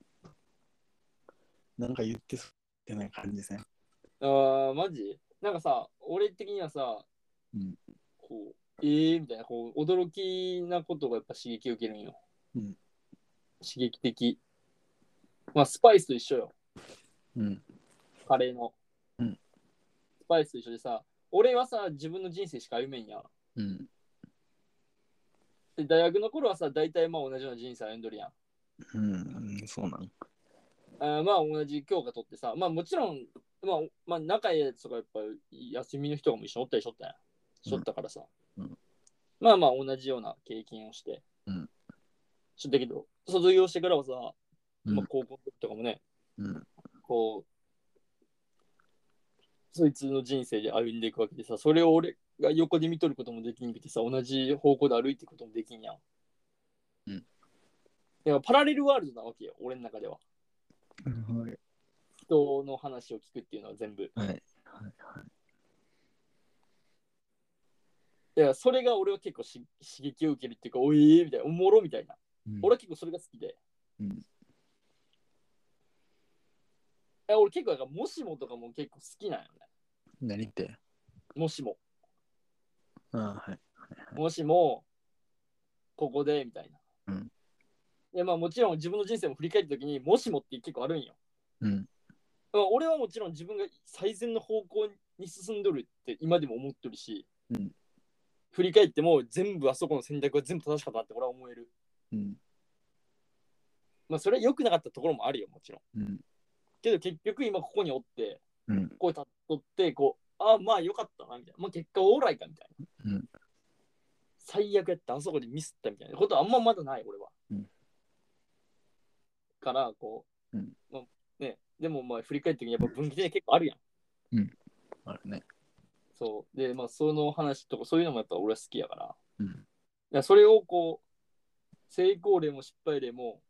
なんか言ってそうってない感じせん。 あ、マジなんかさ、俺的にはさ、うん、こう、えーみたいな、こう、驚きなことがやっぱ刺激を受けるんよ。うん、刺激的。まあ、スパイスと一緒よ。うん。カレーの。うん。スパイスと一緒でさ、俺はさ、自分の人生しか歩めんや。うん。で、大学の頃はさ、大体まあ同じような人生歩んどるやん。 うん、そうなん。 あまあ同じ教科取ってさ、まあもちろん、まあ、まあ仲いいやつとかやっぱ休みの人がも一緒におったりしょったやん。しょったからさ。うん、まあまあ同じような経験をして。うん。しょったけど、卒業してからはさ、うん、まあ高校の時とかもね、うん、こう、そいつの人生で歩んでいくわけでさ、それを俺が横で見とることもできんくてさ、同じ方向で歩いていくこともできんやん。うん。だからパラレルワールドなわけよ、俺の中では。はい。人の話を聞くっていうのは全部。はい。はい。はい。いや、それが俺は結構し刺激を受けるっていうか、おえーみたいな、おもろみたいな。うん、俺は結構それが好きで。うん。いや俺結構、なんかもしもとかも結構好きなんよね。 何って？ もしも。 ああ、はい。はいはい、 もしも、ここで、みたいな。うん。 いやまあもちろん自分の人生も振り返った時にもしもって結構あるんよ。 うん。 俺はもちろん自分が最善の方向に進んどるって今でも思ってるし、 うん、 振り返っても全部あそこの選択は全部正しかったって俺は思える。 うん、 まあそれは良くなかったところもあるよもちろん。うん、 けど結局今ここにおって、 うん、 ここに立っとってこうああまあ良かったなみたいな、まあ、結果オーライかみたいな、 うん、 最悪やったあそこでミスったみたいなことはあんままだない俺は、 うん、 からこう、うん、 まあね、でもまあ振り返ってやっぱ分岐点結構あるやん。 うん、あるね。 そうでまあその話とかそういうのもやっぱ俺は好きやから、 うん、 いやそれをこう成功例も失敗例も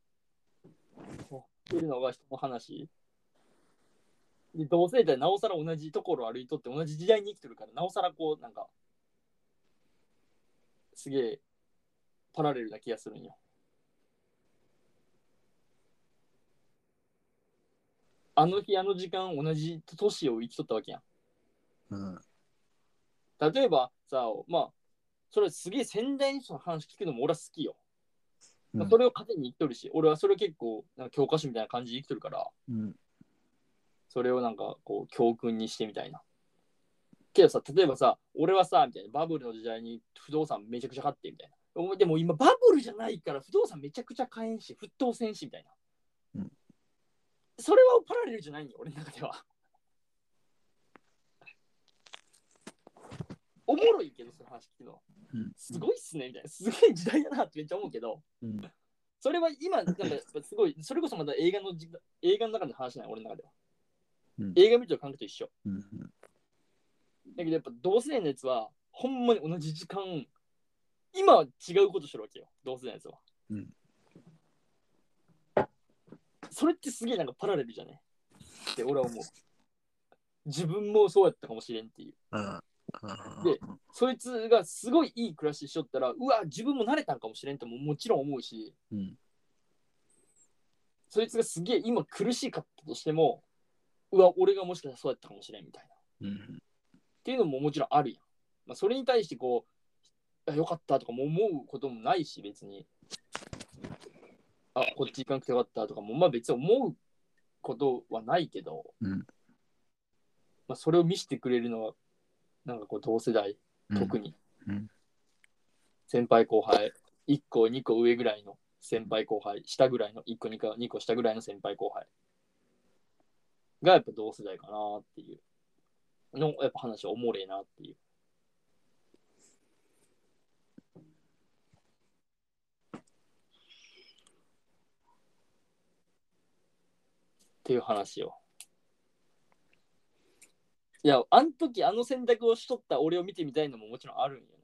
言ってるのが人の話で、同世代なおさら同じところを歩いとって同じ時代に生きてるからなおさらこうなんかすげえパラレルな気がするんよ。あの日あの時間同じ年を生きとったわけやん。 うん、 例えばさ、まあそれすげえ先代の人の話聞くのも俺は好きよ。まあ、それを糧に生きとるし、俺はそれを結構なんか教科書みたいな感じで生きとるから、 うん、それをなんかこう教訓にしてみたいな。けどさ、例えばさ、俺はさ、みたいなバブルの時代に不動産めちゃくちゃ買ってみたいな。でも今バブルじゃないから不動産めちゃくちゃ買えんし、沸騰せんしみたいな。 うん、 それはパラレルじゃないんよ、俺の中では。おもろいけど、その話聞くの。 うん、 すごいっすね、みたいな。すげえ時代だなってめっちゃ思うけど、 うん、 それは今、なんかすごい、それこそまだ映画の映画の中で話しない、俺の中では。 うん、 映画見てる感覚と一緒。 うん、 だけどやっぱ同世代のやつは、ほんまに同じ時間、今は違うことしてるわけよ、同世代のやつは。 うん、 それってすげえなんかパラレルじゃねって俺は思う。自分もそうやったかもしれんっていう。 あで、そいつがすごいいい暮らししとったら、うわ、自分も慣れたんかもしれんとももちろん思うし、 うん、 そいつがすげえ今苦しかったとしても、うわ、俺がもしかしたらそうやったかもしれんみたいな。 うん、 っていうのももちろんあるやん。まあ、それに対してこう、よかったとかも思うこともないし、別に。あ、こっち行かなくてよかったとかも、まあ別に思うことはないけど、 うん、 まあ、それを見せてくれるのは、なんかこう同世代、特に、 うん、 先輩後輩、いっこ、にこ上ぐらいの先輩後輩、下ぐらいのいっこ、にこ、にこ下ぐらいの先輩後輩がやっぱ同世代かなっていうの、やっぱ話はおもれえなっていう。っていう話を。いや、あの時あの選択をしとった俺を見てみたいのももちろんあるんよね。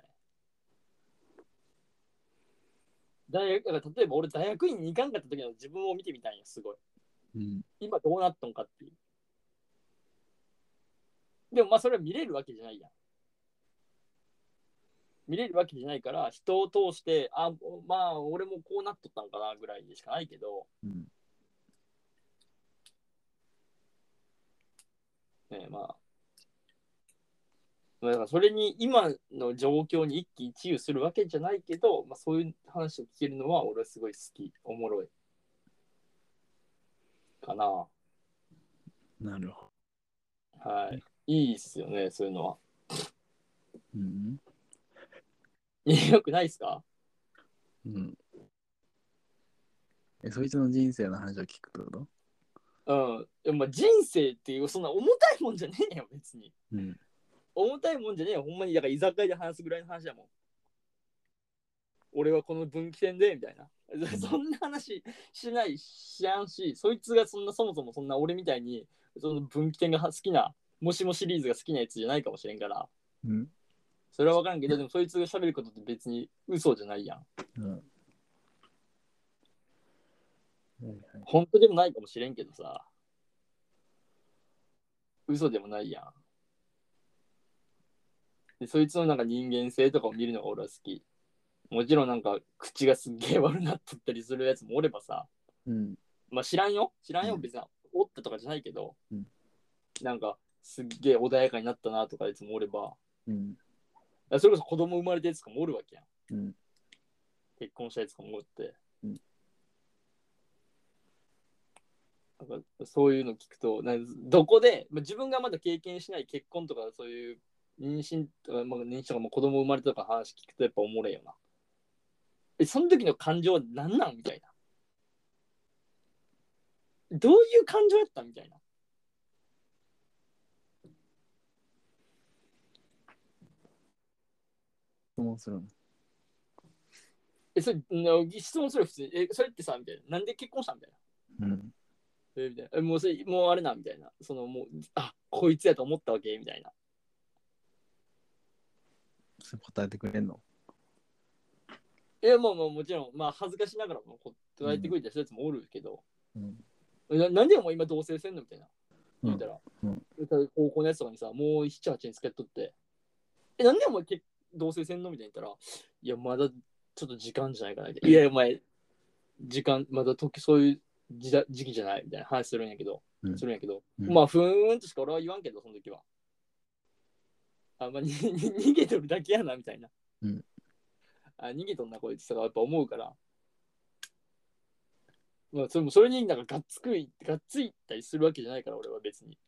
大学だから例えば俺大学院に行かんかった時の自分を見てみたいんよ、すごい。 うん、 今どうなったんかっていう。でもまあそれは見れるわけじゃないやん。見れるわけじゃないから人を通してあまあ俺もこうなっとったんかなぐらいでしかないけど、 うん、 ね、まあだからそれに今の状況に一喜一憂するわけじゃないけど、まあ、そういう話を聞けるのは俺はすごい好き、おもろいかな。 なるほど。はい。いいっすよね、そういうのは。 うん、 よくないっすか？ うん。え、そいつの人生の話を聞くってこと？ うん。でもまあ人生っていうそんな重たいもんじゃねえよ、別に。 うん。 重たいもんじゃねえよ、ほんまに。だから居酒屋で話すぐらいの話だもん。俺はこの分岐点でみたいな。そんな話しないしやんし、そいつがそんなそもそもそんな俺みたいにその分岐点が好きな、もしもシリーズが好きなやつじゃないかもしれんから、 うん。 それは分からんけど、でもそいつが喋ることって別に嘘じゃないやん。 うん。はいはい、 本当でもないかもしれんけどさ、嘘でもないやん。でそいつのなんか人間性とかを見るのが俺は好き。もちろんなんか口がすっげえ悪なっとったりするやつもおればさ、 うん。 まあ知らんよ知らんよ、 うん別におったとかじゃないけど、 うん、 なんかすっげえ穏やかになったなとかやつもおれば、 うん、 それこそ子供生まれたやつとかもおるわけやん。 うん、 結婚したやつとかもおって、 うん、 なんかそういうの聞くと、なんかどこで、まあ、自分がまだ経験しない結婚とかそういう妊娠とか、まあ、妊娠とかも子供生まれたとか話聞くとやっぱおもれよな。え、その時の感情は何なんみたいな。どういう感情やったみたいな。 質問するの。 え、それ、質問する普通に、え、それってさ、みたいな。なんで結婚したみたいな。 うん。 え、みたいな。え、もうそれ、もうあれな、みたいな。その、もう、あ、こいつやと思ったわけみたいな。 それ答えてくれんの？ いや、もう、もうもちろん、まあ、恥ずかしながらも答えてくれた人やつもおるけど、 うん、 な, なんでお前今同棲せんのみたいな。言うたら、 うん、 高校のやつとかにさ、もうなな、はちに付き合っとって、え、なんでお前同棲せんのみたいな言ったら、いや、まだちょっと時間じゃないかなみたいな。いや、お前、時間、まだ時、そういう時だ時期じゃないみたいな話するんやけど、 うん、 するんやけど、 うん、 まあ、ふーんとしか俺は言わんけど、その時は。あ、まあ、に逃げとるだけやな、みたいな。 うん、 あ、逃げとんな、こいつとかやっぱ思うから。まあ、それもそれになんかがっつくい、がっついたりするわけじゃないから、俺は別に。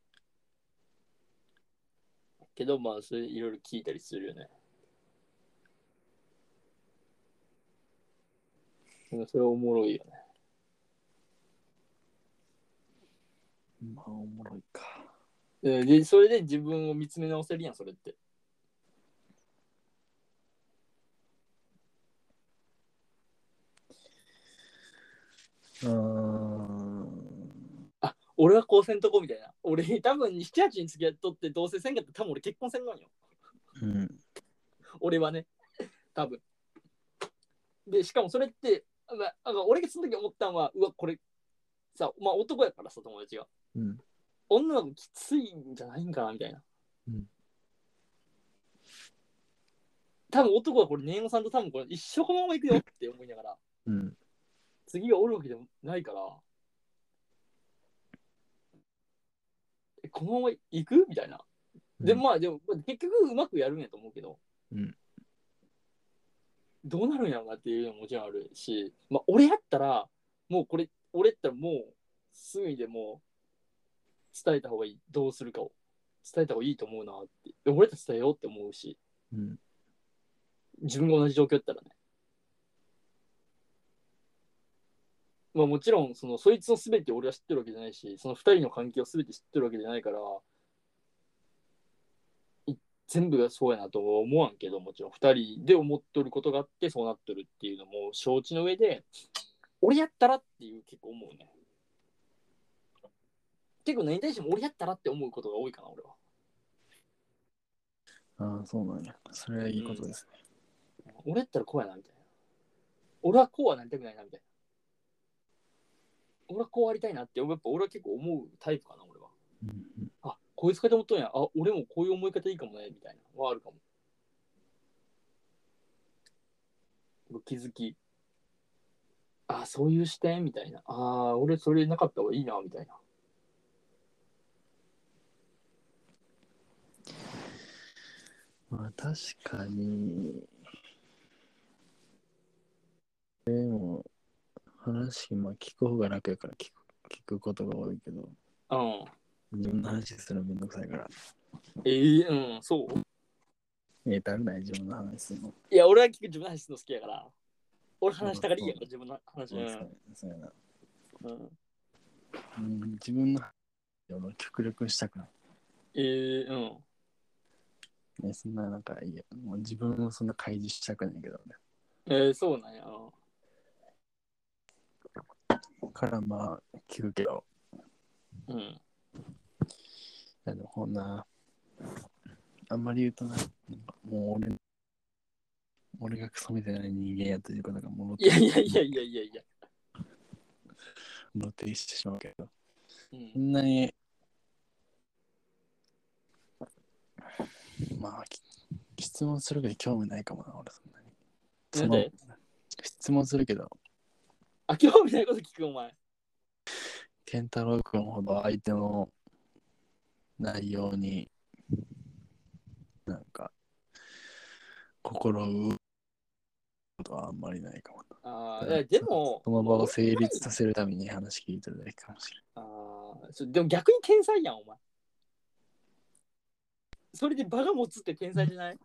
けど、まあ、それいろいろ聞いたりするよね。それはおもろいよね。 まあ、おもろいか。 で、それで自分を見つめ直せるやん、それって。 うーん。 あ、俺はこうせんとこみたいな。俺、多分なな、はちに付き合っとって同棲せんかったら多分俺結婚せんのんよ。 うん。 俺はね、多分。で、しかもそれって、まあ、俺がその時思ったのは、うわ、これ、さ、まあ男やからさ、友達が。 うん。 女の子きついんじゃないんかな、みたいな。 うん。 多分男はこれ、ネームさんと多分これ一生このまま行くよって思いながら、 うん。 次がおるわけでもないから、え、このまま行くみたいな。で、まあ、でも、結局うまくやるんやと思うけど、 うん。 どうなるんやろうなっていうのももちろんあるし、まあ、俺やったら、もうこれ、俺やったらもう、すぐにでも伝えた方がいい。どうするかを。伝えた方がいいと思うなって。俺たち伝えようって思うし、 うん。 自分が同じ状況やったらね。まあもちろん、その、そいつの全て俺は知ってるわけじゃないし、その二人の関係を全て知ってるわけじゃないから、全部がそうやなとは思わんけど、もちろん二人で思っとることがあってそうなっとるっていうのも承知の上で、俺やったらっていう結構思うね。結構何に対しても俺やったらって思うことが多いかな、俺は。 ああ、そうなんや。それはいいことですね。 うん、俺やったらこうやなみたいな。俺はこうはなりたくないなみたいな。俺はこうありたいなって、やっぱ俺は結構思うタイプかな、俺は。 うん。 あ、こいつかと思っとんや。あ、俺もこういう思い方いいかもね、みたいな。はあるかも。気づき。あ、そういう視点みたいな。あ、俺それなかった方がいいな、みたいな。 まあ、確かに。でも、話、まあ、聞く方が楽やから聞く、聞くことが多いけど、 うん。 自分の話するのめんどくさいから。 えー、うん、そう。 ええ、たるない自分の話するの。 いや、俺は聞く自分の話するの好きやから。俺話したがりやから、自分の話。うん。 そうやな。 うん、 うん、自分の話を極力したくない。 えー、うん。 ね、そんな、なんか、いや、もう自分もそんな開示したくないけどね。 えー、そうなんや。 からまあ、聞くけど。 うん。 いやでもほんな、あんまり言うとな、なんかもう俺、俺がクソみたいな人間やということがもういやいやいやいやいやいや。 露呈してしまうけど、 うん、 そんなに、まあ、質問するけど興味ないかもな、俺そんなに。そのなんで質問するけど、 あ、興味ないこと聞くお前。 健太郎君ほど相手の内容に、なんか、心をことはあんまりないかも。 ああ、でも、 その場を成立させるために話聞いてるだけかもしれない。 ああ、でも逆に天才やん、お前。それで場が持つって天才じゃない？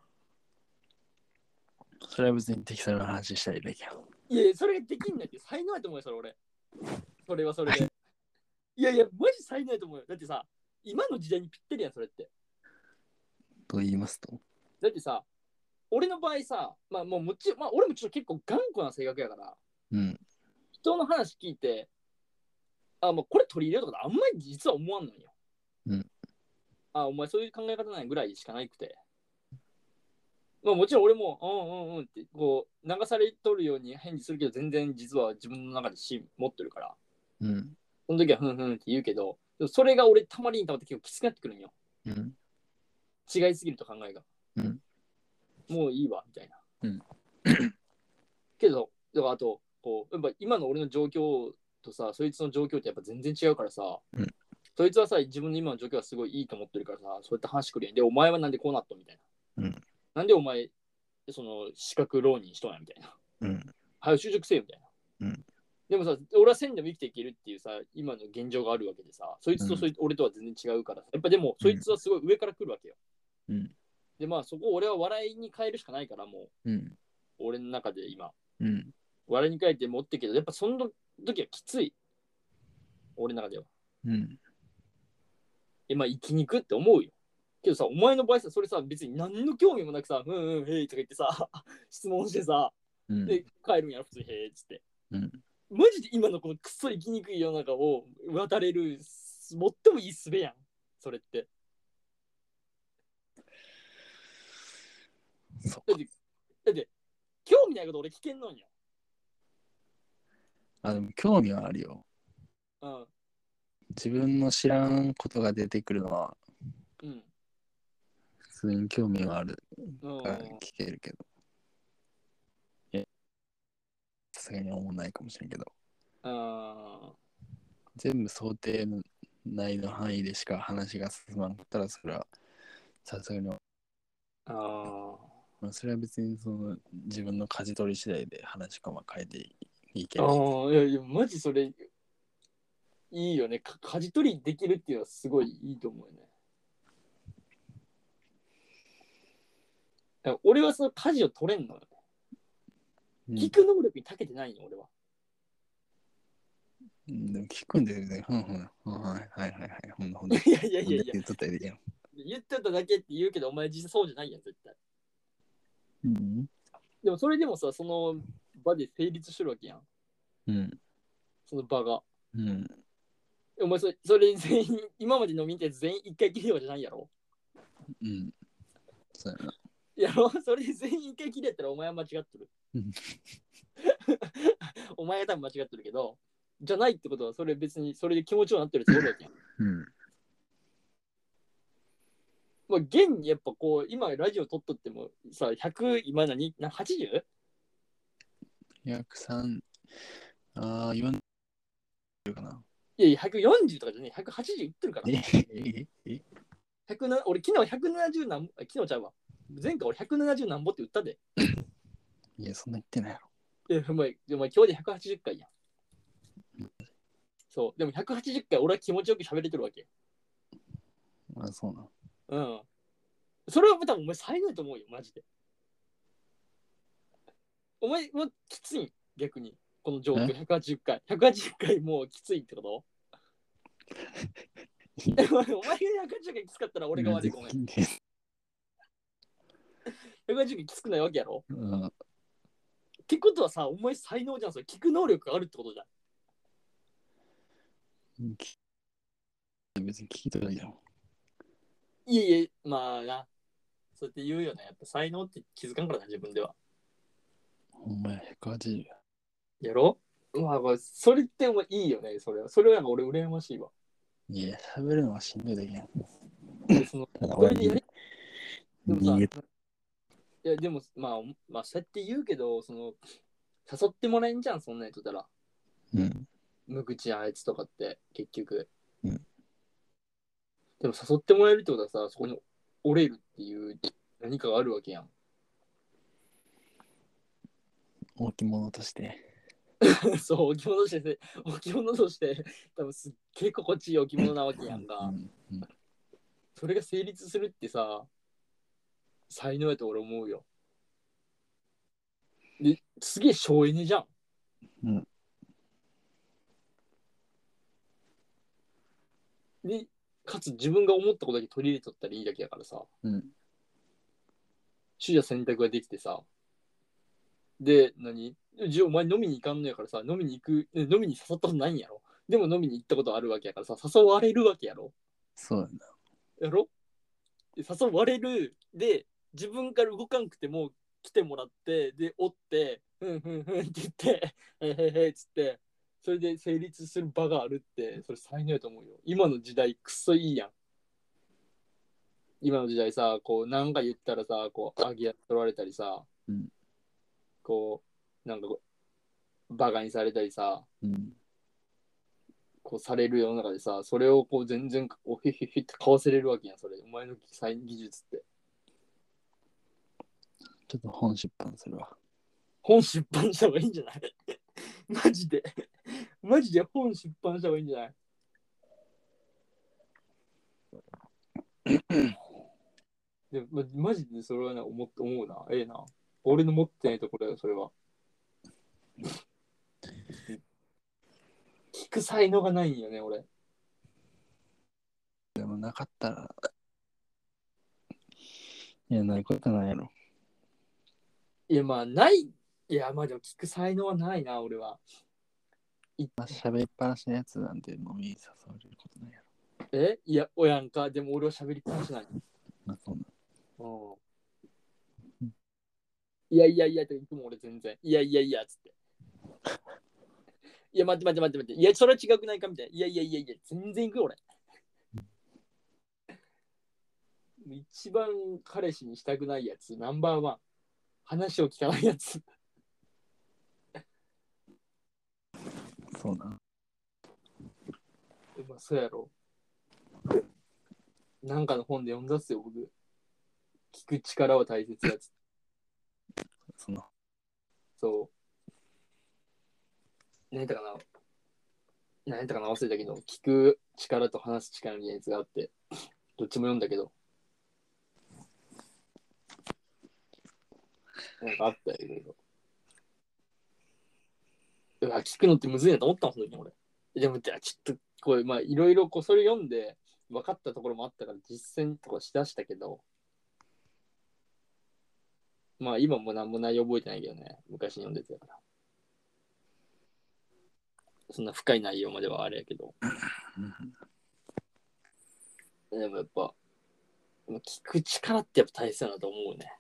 それは別に適当な話したいだけや。 いや、それができんないって才能やと思うよ、それ俺。それはそれで。いやいや、マジ才能やと思うよ。だってさ、今の時代にぴったりやん、それって。 と言いますと。 だってさ、俺の場合さ、まあもうもちろん、まあ俺もちょっと結構頑固な性格やから、 うん。 人の話聞いて、あ、もうこれ取り入れようとかあんまり実は思わんのよ。 うん。 あ、お前そういう考え方ないぐらいしかなくて。まあもちろん俺も、うんうんうんって、こう、流されとるように返事するけど、全然実は自分の中で芯持ってるから、 うん。 その時はふんふんって言うけど、でもそれが俺たまりにたまって結構きつくなってくるんよ。 うん。 違いすぎると考えが。 うん。 もういいわ、みたいな。 うん。 けど、だからあと、こう、やっぱ今の俺の状況とさ、そいつの状況ってやっぱ全然違うからさ、 うん、 そいつはさ、自分の今の状況はすごいいいと思ってるからさ、そうやって話してくるやん。で、お前はなんでこうなったみたいな。うん。 なんでお前、その資格浪人しとんやみたいな。 うん。 はい、就職せよみたいな。 うん。 でもさ、俺はせんでも生きていけるっていうさ、今の現状があるわけでさ、そいつとそい、うん、俺とは全然違うから、やっぱでも、そいつはすごい上から来るわけよ。 うん。 で、まあ、そこを俺は笑いに変えるしかないから、もう、うん、 俺の中で今、 うん、 笑いに変えて持ってけど、やっぱその時はきつい。俺の中では。 うん。 え、まあ、生きにくって思うよ。けどさ、お前の場合さ、それさ、別に何の興味もなくさ、うんうん、へいとか言ってさ、質問してさ、 うん、 で、帰るんやろ、普通にへいっつって。 うん。 マジで今のこのくっそ生きにくい世の中を渡れる、最もいい術やん、それって。 そだって、だって、興味ないこと俺聞けんのんよ。 あ、でも興味はあるよ。 うん。 自分の知らんことが出てくるのは、 うん。 普通に興味はあるからうん。 聞けるけど。いや、さすがに思わないかもしれんけど。 あ全部想定内の範囲でしか話が進まなかったら、それはさすがに。 あ。 まあ、それは別にその自分の舵取り次第で話かも変えていいけあど。 あ。いやいや、マジそれ、いいよね。か舵取りできるっていうのはすごいいいと思うよね。俺はその舵を取れんのよね。 うん、 聞く能力に長けてないの、俺は。 うん、でも聞くんで、ね、ふんふん、はいはいはいはい、ほんほんで。 いやいやいやいや。 言っとったらいいやん。 言ってただけって言うけど、お前実際そうじゃないやん、絶対。 うん。 でもそれでもさ、その場で成立してるわけやん。 うん。 その場が。 うん。 お前それ、それ全員、今まで飲みに行ったやつ全員一回きりとかじゃないやろ。 うん。そうやな。 やろそれで全員一回きりやったらお前は間違ってる。お前が多分間違ってるけど、じゃないってことは、それ別にそれで気持ちよくなってるやつおるわけやん。 うん。 まあ、現にやっぱこう、今ラジオ撮っとってもさ、ひゃく、今何、な はちじゅう？ ひゃくさん、ああ、よんじゅうかな。 いやいや、ひゃくよんじゅうとかじゃねえ、ひゃくはちじゅういってるから。 えええひゃくな俺昨日ひゃくななじゅう何、昨日ちゃうわ。前回俺ひゃくななじゅう何ぼって言ったで。 いや、そんな言ってないやろ。 いや、お前、お前今日でひゃくはちじゅっかいやん。そう、でもひゃくはちじゅっかい俺は気持ちよく喋れてるわけ。 あ、そうな。 うん。それは多分お前才能だと思うよ、マジで。お前はきついん、逆に。この状況、ひゃくはちじゅっかい。ひゃくはちじゅっかいもうきついってことお前がひゃくはちじゅっかいきつかったら俺が悪い、ごめん。ひゃくはちじゅっかいきつくないわけやろ。 うん。 ってことはさ、お前才能じゃん、それ聞く能力があるってことじゃん。 別に聞いたらいいやん。 いえいえ、まあな。そうやって言うよね。やっぱ才能って気づかんからな、自分では。 お前、ひゃくはちじゅうや。 やろまあ、まあ、それってお前いいよね、それは。それはなんか俺羨ましいわ。 いや、喋るのはしんどいだけやん。 で、その、それでやり、でもさ、 逃げいや、でも、まあ、まあ、そうやって言うけど、その、誘ってもらえんじゃん、そんなやつだったら。 うん。 無口なあいつとかって、結局。 うん。 でも誘ってもらえるってことはさ、そこに折れるっていう何かがあるわけやん。 置物として。 そう、置物として、置物として、多分すっげえ心地いい置物なわけやんか。 うんうん、 それが成立するってさ、才能やと俺思うよ。ですげえ省エネじゃん。 うん。 で、かつ自分が思ったことだけ取り入れとったらいいだけやからさ、 うん。 取捨選択ができてさ、で、何じゃあお前飲みに行かんのやからさ、飲みに行く、飲みに誘ったことないんやろ。でも飲みに行ったことあるわけやからさ、誘われるわけやろ。 そうやな。 やろで誘われる。で、自分から動かんくても来てもらって、で、おって、ふんふんふんって言って、へへへっつって、それで成立する場があるって、それ才能やと思うよ。今の時代、くっそいいやん。今の時代さ、こう、なんか言ったらさ、こう、あげや取られたりさ、 うん。 こう、なんかこう、バカにされたりさ、 うん。 こうされる世の中でさ、それをこう全然、こう、へへへってかわせれるわけやん、それ。お前の技術って。 ちょっと本出版するわ。 本出版した方がいいんじゃないマジで。マジで本出版した方がいいんじゃないでも、ま、マジでそれはね、思思うな。ええな。俺の持ってないところだよ、それは。聞く才能がないんよね、俺。 でもなかったら、いや、ないことないやろ。 いや、まあ、ない。いや、まあでも聞く才能はないな、俺は。 まあ、喋りっぱなしのやつなんて飲みに誘われることないやろ。 えいや、おやんか。でも俺は喋りっぱなしない。 まあ、そうな。 うんいやいやいやって言くもん俺全然。いやいやいやっつって。いや待って待って待って待って。いやそれは違くないかみたいな。いやいやいやいや全然行く俺。一番彼氏にしたくないやつナンバーワン。話を聞かないやつ。 そうな。 まあそうやろ。なんかの本で読んだっすよ僕。聞く力は大切やつ。 そのそう。何やったかな何やったかな忘れたけど、聞く力と話す力みたいなやつがあって、どっちも読んだけど、なんかあったよ、いろいろ。うわ、聞くのってむずいなと思ったもん、その時に俺。でも、じゃあちょっと、これ、まあ、いろいろこう、それ読んで、分かったところもあったから、実践とかしだしたけど、まあ、今も何も内容覚えてないけどね、昔に読んでたから。そんな深い内容まではあれやけど。でもやっぱ、聞く力ってやっぱ大切だなと思うね。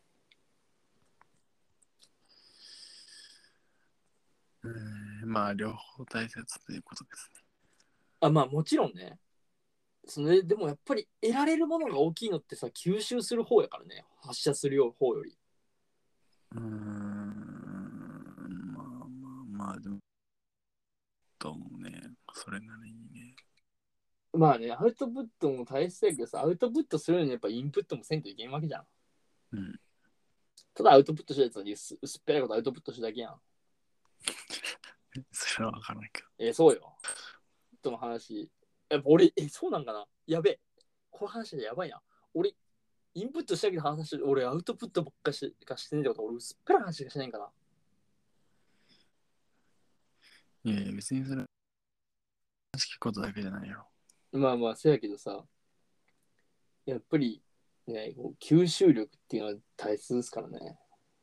うん、まあ、両方大切ということですね。 あ、まあ、もちろんね。それでもやっぱり得られるものが大きいのってさ、吸収する方やからね。発射する方より。 うーん、まあまあまあ、でも、と思うね。それなりにね。 まあね、アウトプットも大切やけどさ、アウトプットするのにやっぱインプットもせんといけんわけじゃん。 うん。 ただアウトプットしたやつに薄っぺらいことアウトプットしただけやん。 それは分からないけど。 えー、そうよ。との話。やっぱ俺、え、そうなんかなやべえ。この話でやばいな。俺、インプットしたけど話してる。俺、アウトプットばっかしかしてねえってこと俺、薄っぺらい話しかしないんかな。 いやいや、別にそれ、話聞くことだけじゃないよ。 まあまあ、せやけどさ、やっぱり、ね、こう吸収力っていうのは大切ですからね。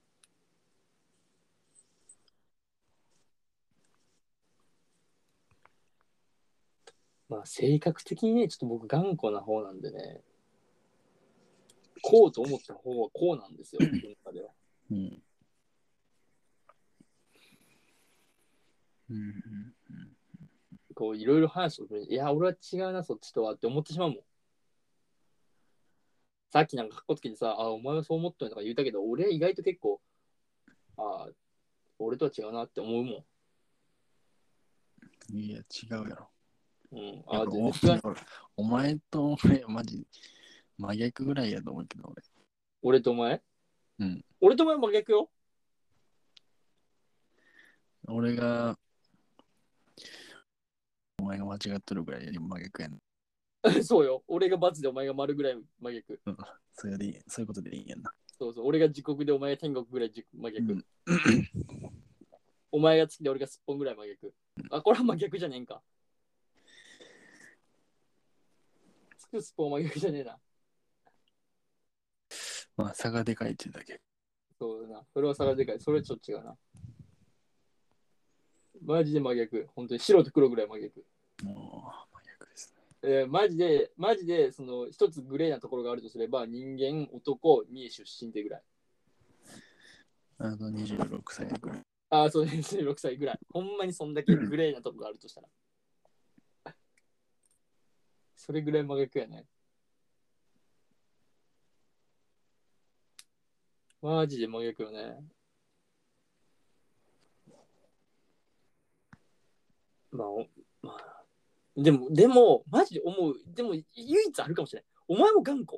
まあ、性格的にね、ちょっと僕、頑固な方なんでね、こうと思った方はこうなんですよ、僕の中では。 うん。うんうんこう、いろいろ話していや、俺は違うな、そっちとはって思ってしまうもん。さっきなんかかっこつけてさ、あ、お前はそう思ったんとか言ったけど、俺は意外と結構、あ、俺とは違うなって思うもうん。いや、違うやろ。 ん。うん。 やっあ、全ぱお然違う。 お前と俺、マジ、真逆ぐらいやと思うけど、俺。 俺とお前うん。 俺とお前真逆よ。 俺が、お前が間違っとるぐらいよりも真逆やん。 そうよ。俺が罰でお前が丸ぐらい真逆。 うん、それでいい、そういうことでいいんやんな。 そうそう。俺が地獄でお前が天国ぐらい真逆。 うん、 お前が月で俺がすっぽんぐらい真逆。あ、これは真逆じゃねえんか。つくすっぽん真逆じゃねえな。 まあ、差がでかいっていうだけ。 そうだな。それは差がでかい。それはちょっと違うな。マジで真逆。本当に白と黒ぐらい真逆。 もう、真逆ですね。 えー、マジで、マジで、その一つグレーなところがあるとすれば、人間、男、三重出身ってぐらい。 あとにじゅうろくさいぐらい。 ああ、そうです。にじゅうろくさいぐらい。ほんまにそんだけグレーなところがあるとしたら。それぐらい真逆やね。マジで真逆よね。まあ、まあ、でも、でも、マジで思う。でも、唯一あるかもしれない。お前も頑固。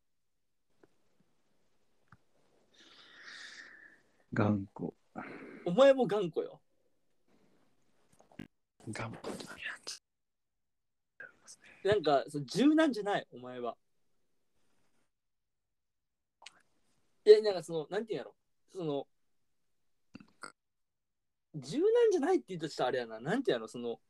頑固。 お前も頑固よ。 頑固なやつ。 なんか、そ柔軟じゃない、お前は。いや、なんかその、なんていうんやろ。その、柔軟じゃないって言うとしたらあれやな。なんていうんやろ、その、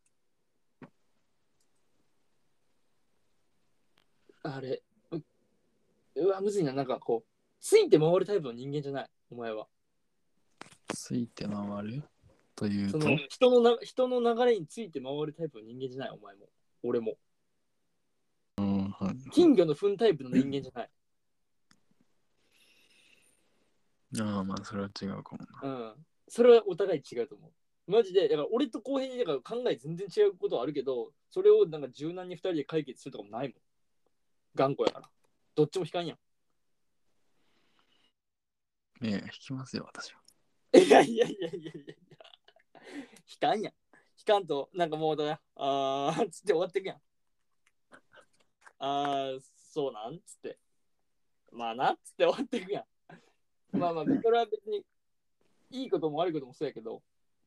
あれ、ううわ、むずいな。なんかこう、ついて回るタイプの人間じゃない、お前は。 ついて回るというと、 その人のな人の流れについて回るタイプの人間じゃない、お前も。俺も。 うん、はい、 金魚の糞タイプの人間じゃない。 ああ、まあ、それは違うかもな。 うん。それはお互い違うと思う。マジで、だから俺と浩平だから考え全然違うことはあるけど、それをなんか柔軟にふたりで解決するとかもないもん。頑固やから。どっちも引かんやん。 ええ、引きますよ、私は。 いやいやいやいやいやいや。引かんやん。引かんと、なんかもうだな、あーっつって終わってくやん。あー、そうなんつって。まあなっつって終わっていくやん。まあまあ、それは別にいいことも悪いこともそうやけど、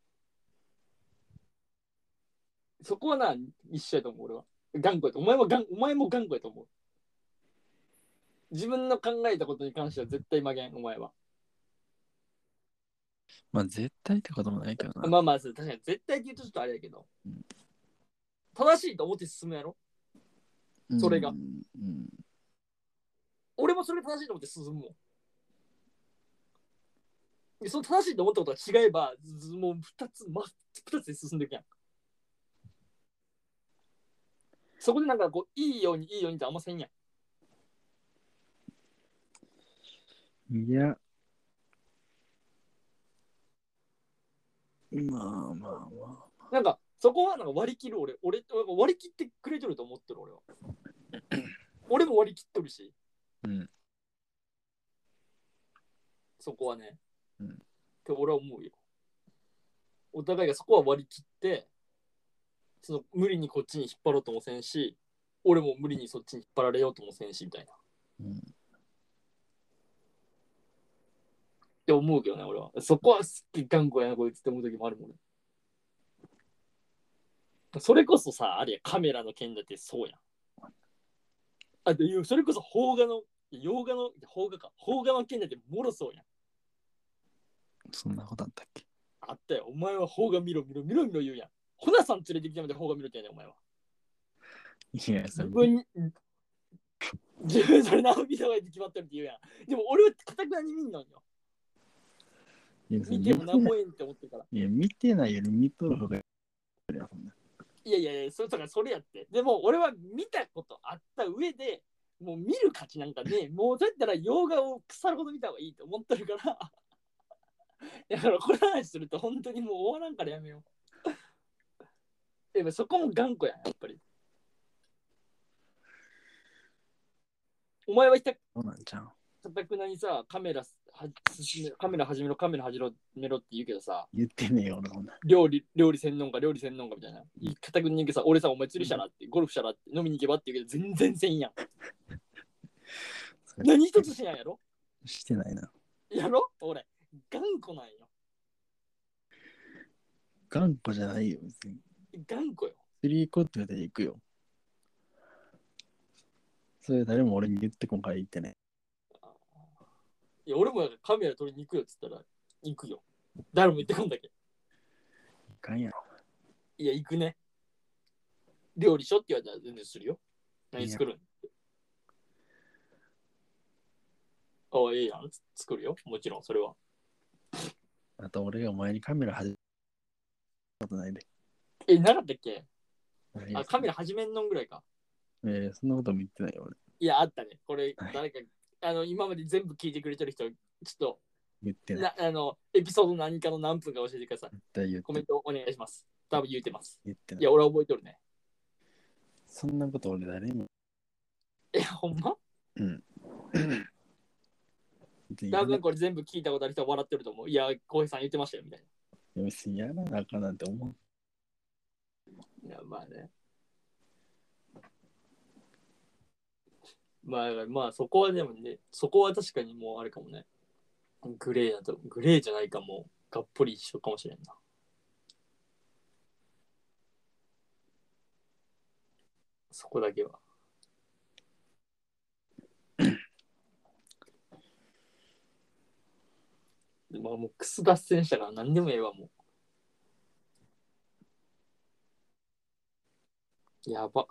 そこはな、一緒やと思う、俺は。頑固やと。お前も頑お前も頑固やと思う。自分の考えたことに関しては絶対曲げん、お前は。 まあ、絶対ってこともないけどな。 まあまあ、確かに絶対って言うとちょっとあれやけど、うん、正しいと思って進むやろ、それが。うんうん、俺もそれ正しいと思って進むもん。その正しいと思ったことが違えば、もう二つ、ま、二つで進んでいくやん。そこでなんかこう、いいようにいいようにってあんませんやん。いや。まあまあまあ。 なんか、そこはなんか割り切る俺、俺、割り切ってくれてると思ってる俺は。俺も割り切っとるし。 うん。 そこはね。 うん。 って俺は思うよ。お互いがそこは割り切って、その無理にこっちに引っ張ろうともせんし、俺も無理にそっちに引っ張られようともせんしみたいな。うん。って思うけどね、俺は。そこはすっげえ頑固やな、こいつって思う時もあるもんね。それこそさ、あれや、カメラの件だってそうやん。あ、で、それこそ邦画の、洋画の、邦画か、邦画の件だってもろそうやん。 そんなことあったっけ？ あったよ。お前は邦画見ろ見ろ見ろ見ろ言うやん。ほなさん連れてきたまで邦画見ろってやねん、お前は。 いや、それ。 自分に、自分それ何見た方がいいって決まってるって言うやん。でも俺はかたくなに見んのよ。見ても何もええんって思ってるから。 いや、見てないより見とる方がいい。 いやいやいや、それとかそれやって。でも俺は見たことあった上で、もう見る価値なんかね、もうそうやったら洋画を腐るほど見た方がいいと思ってるから。だからこの話すると本当にもう終わらんからやめよう。でもそこも頑固やん、やっぱり。お前はひたそうなんちゃう。 かたくなにさ、カメラは進めカメラ始めろ、カメラ始めろって言うけどさ、 言ってねえよ、俺ほんな。 料理、料理専門家、料理専門家みたいな。かたくなに言うけどさ、俺さ、お前釣りしたらって、ゴルフしたらって、飲みに行けばって言うけど、全然せんやん。何一つしないやろ？ してないな。 やろ？俺、頑固なんよ。 頑固じゃないよ、別に。 頑固よ。 スリーコって言われたら行くよ。それ誰も俺に言ってこんから言ってね。 いや、俺もカメラ撮りに行くよっつったら、行くよ。誰も言ってこんだけ。 いかんやろ。 いや、行くね。料理しょって言われたら全然するよ。何作るんああ、ええやん。作るよ。もちろん、それは。 あと俺がお前にカメラ始めたことないで。 え、なかったっけないあ、カメラ始めんのんぐらいか。 えー、そんなことも言ってないよ、俺。 いや、あったね。これ、 はい誰か、あの、今まで全部聞いてくれてる人、ちょっと、 言ってない。 なあの、エピソード何かの何分か教えてください。 絶対言ってコメントお願いします。多分言ってます。 言ってない。 いや、俺は覚えとるね。 そんなこと俺誰にも。 え、ほんまうん。 多分これ全部聞いたことある人は笑ってると思う。いや、浩平さん言ってましたよ、みたいいや別にやらなあかんなんて思う。 な。いや、まあね。まあ、まあ、そこはでもね、そこは確かにもうあれかもね。グレーだと、グレーじゃないかも、がっぽり一緒かもしれんな。そこだけは。まあもうクス脱線したから何でもええわ、もう。やば。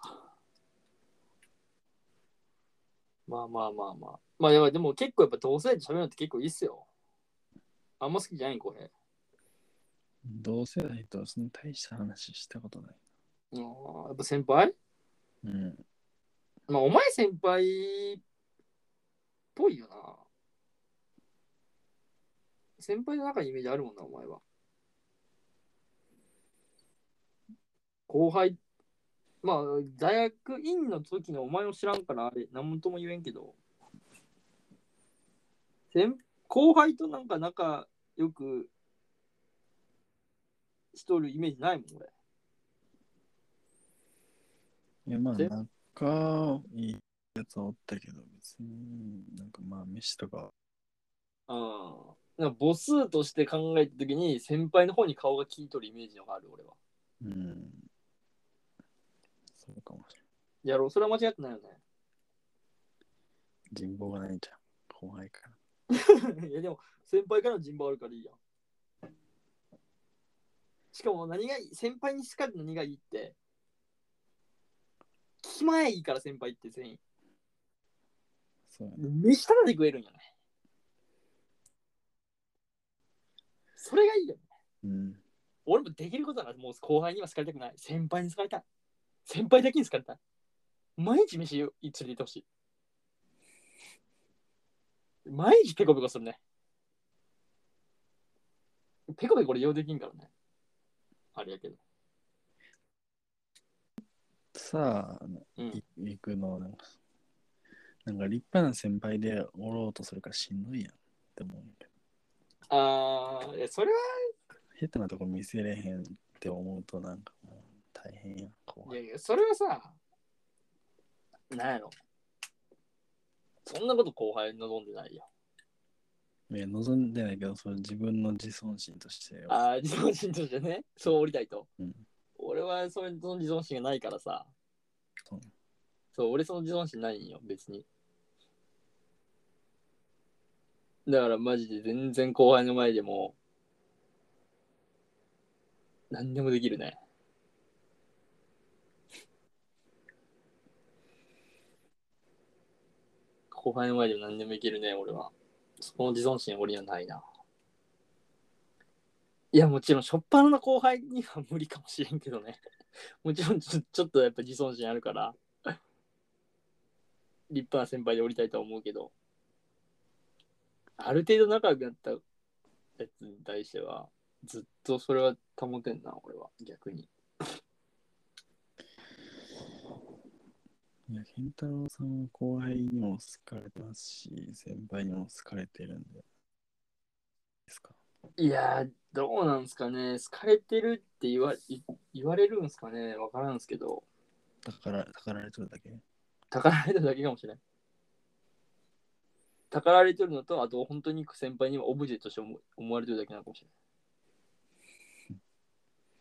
まあまあまあまあ。まあやばい、でも結構やっぱ同性で喋るのって結構いいっすよ。あんま好きじゃないん、これ。 同世代とその大した話したことない。 ああ、やっぱ先輩うん。 まあお前先輩っぽいよな。先輩の中にイメージあるもんな、お前は。後輩、まあ大学院の時のお前を知らんからあれ、何とも言えんけど、先後輩となんか仲良くしとるイメージないもん、俺。 いや、まあ、 せ仲いいやつはおったけど、別になんかまあ、飯とか。 ああ。なんか母数として考えたときに先輩の方に顔が効いとるイメージのがある、俺は。 うん。そうかもしれやろう、それは間違ってないよね。 ん。人望がないじゃん。怖いから。 いやでも、先輩からの人望あるからいいやん。しかも何がいい、先輩に好かれる何がいいって、気前いいから先輩って全員。 そうやね。 飯タダで食えるんやね。それがいいよね。 うん。 俺もできることならもう後輩には好かれたくない。先輩に好かれたい。先輩だけに好かれたい。毎日飯連れて行ってほしい。毎日ペコペコするね。ペコペコ俺用できんからね。あれやけど。 さあ、 うん、 行くのなんか、なんか立派な先輩でおろうとするからしんどいやんって思うんやけど。 あー、いやそれは、 下手なとこ見せれへんって思うとなんかもう大変やん。怖い。 いやいや、それはさ、なんやろ。そんなこと後輩望んでないよ。 いや、望んでないけど、それ自分の自尊心としてよ。 ああ、自尊心としてね、そうおりたいと。 うん。 俺はそれその自尊心がないからさ。 そう。 そう、俺その自尊心ないんよ、別に。だからマジで全然後輩の前でも、何でもできるね。後輩の前でも何でもいけるね、俺は。そこの自尊心俺にはないな。いや、もちろん、しょっぱなの後輩には無理かもしれんけどね。もちろんちょ、ちょっとやっぱ自尊心あるから、立派な先輩でおりたいとは思うけど、ある程度仲良くなったやつに対しては、ずっとそれは保てんな、俺は、逆に。 いや、健太郎さんは後輩にも好かれてますし、先輩にも好かれてるんで。ですか。 いやー、どうなんすかね。好かれてるって言わ言われるんすかね。わからんすけど、 たから、たかられてるだけ。 たかられてるだけかもしれん。たかられてるのと、あと本当に先輩にはオブジェとして思思われてるだけなのかもしれない。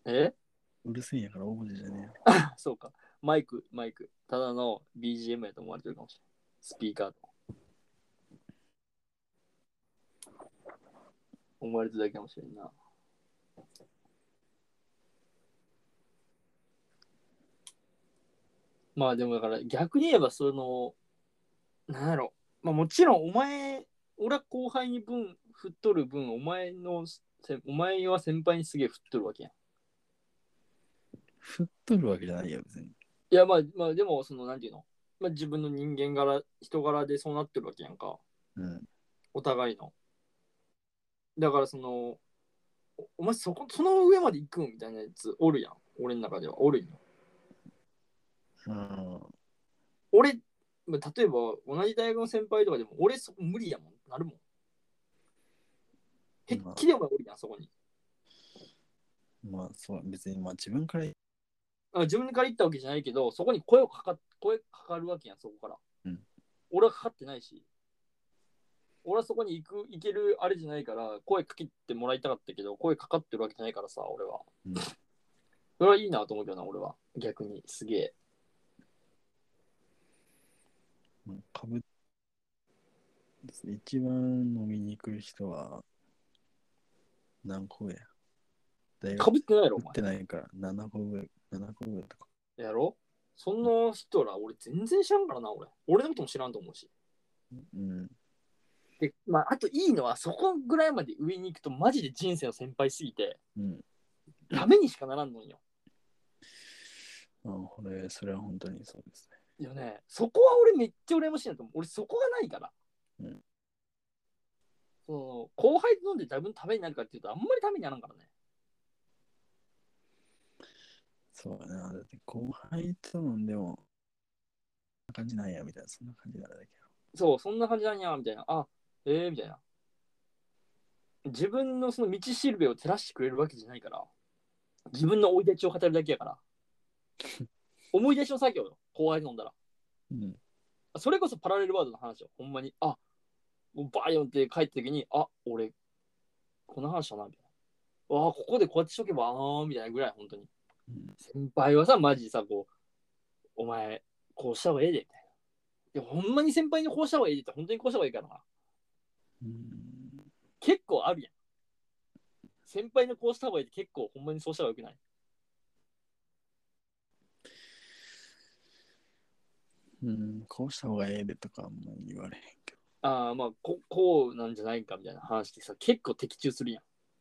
えうるせえんやから大文字じゃねそうか。マイク、マイク。ただの ビージーエム やと思われてるかもしれない。スピーカーと。思われてるだけかもしれんな。まあでもだから逆に言えばその、なんやろ。まあもちろんお前、俺は後輩に分振っとる分、お前の、お前は先輩にすげえ振っとるわけやん。 振っとるわけじゃないよ、別に。 いやまあまあでもそのなんていうの、まあ、自分の人間柄、人柄でそうなってるわけやんか。 うん。 お互いの。だからその、おお前そこ、その上まで行くんみたいなやつおるやん。俺の中ではおるんよ。 うん。 俺、まあ例えば同じ大学の先輩とかでも、俺そこ無理やもん。なるもん。へっきりお前おるやん、そこに。 まあ、そう、別に、まあ自分から、 あ自分から言ったわけじゃないけど、そこに声をかか、声かかるわけやん、そこから。 うん。 俺はかかってないし。俺はそこに行く、行けるあれじゃないから、声かけてもらいたかったけど、声かかってるわけじゃないからさ、俺は。 うん。 それはいいなと思うけどな、俺は。逆に、すげえ。 まあ、かぶ一番飲みに来る人は何個や。大学かぶってないやろ、お前打って。ないからななこ上、ななこ上とか。 やろそんな人ら、俺全然知らんからな、俺。俺のことも知らんと思うし。 うん。 で、まあ、あといいのは、そこぐらいまで上に行くと、マジで人生の先輩すぎて、 うん。 ダメにしかならんのんよ。 あ、これ、それは本当にそうですね。 いやね、そこは俺めっちゃ羨ましいなと思う。俺そこがないから。 うん。 その後輩と飲んで自分ためになるかっていうと、あんまりためにならんからね。 そうだな。だって後輩と飲んでも、こんな感じなんやみたいな、そんな感じになるだけど。 そう、そんな感じなんや、みたいな。あ、えー、みたいな。自分のその道しるべを照らしてくれるわけじゃないから、自分の生い立ちを語るだけやから。思い出しの作業よ、後輩と飲んだら。 うん。 それこそパラレルワードの話よ、ほんまに。あ、もうバーヨンって帰った時に、あ、俺、この話だな、みたいな。わあ、ここでこうやってしとけば、あー、みたいなぐらい、本当に。 うん、 先輩はさ、マジさ、こう、お前、こうした方がええで、みたいな。いや、ほんまに先輩にこうした方がええでって、本当にこうした方がいいからな。 うん、 結構あるやん。先輩のこうした方がいいって結構ほんまにそうした方がよくない？ うん、こうした方がええでとかあんまり言われへんけど。 ああ、まあこ、こうなんじゃないかみたいな話でさ、結構的中するや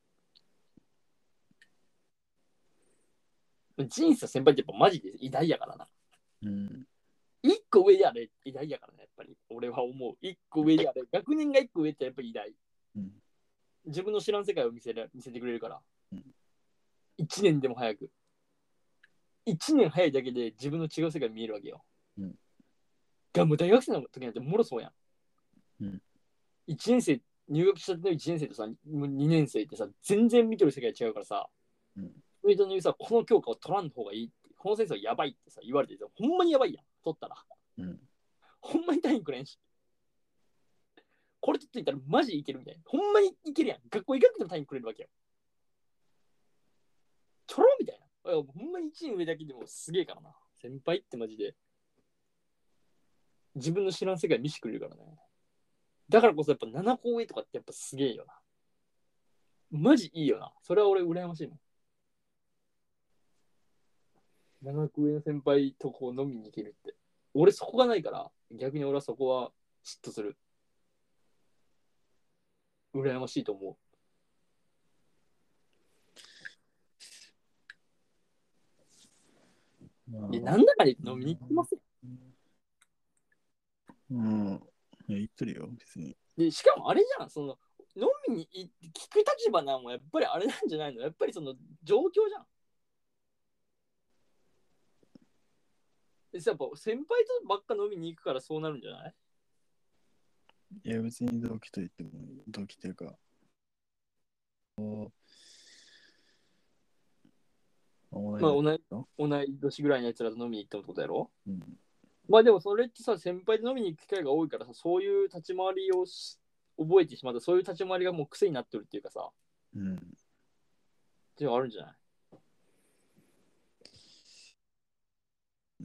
ん。人生先輩ってやっぱマジで偉大やからな。 うん。 一個上であれ偉大やからね、やっぱり。俺は思う。一個上であれ。学年が一個上ってやっぱり偉大。 うん。 自分の知らん世界を見せる見せてくれるから。 うん、 一年でも早く。一年早いだけで自分の違う世界見えるわけよ。 うん。 がもう大学生の時なんてもろそうやん。 うん。 一年生、入学したての一年生とさ、二年生ってさ、全然見てる世界違うからさ、 うん。 それとにさ、この教科を取らん方がいいって、この先生はやばいってさ、言われてさ、ほんまにやばいやん、取ったら。 うん。 ほんまに単位くれんし。これ取っていったらマジいけるみたいな。ほんまにいけるやん。学校行かなくても単位くれるわけよ。ちょろみたいな。ほんまに一年上だけでもすげえからな。先輩ってマジで。自分の知らん世界見せてくれるからね。だからこそやっぱななこ上とかってやっぱすげえよな。マジいいよな。それは俺羨ましいもん。ななこ上の先輩とこう飲みに行けるって。俺そこがないから、逆に俺はそこは嫉妬する。羨ましいと思まう。で、 あ、 なんだかで飲みに行きますよ。 うん。いや、言ってるよ、別に。 で、しかもあれじゃん、その、飲みに行って聞く立場なんもやっぱりあれなんじゃないの？やっぱりその状況じゃん。でやっぱ先輩とばっか飲みに行くからそうなるんじゃない？ いや、別に同期と言っても、同期というか、同まあ同い、 い同い年ぐらいのやつらと飲みに行ったってことやろ？ うん。 まあでもそれってさ、先輩と飲みに行く機会が多いからさ、そういう立ち回りをし覚えてしまった、そういう立ち回りがもう癖になってるっていうかさ、 うん。 っていうのがあるんじゃない？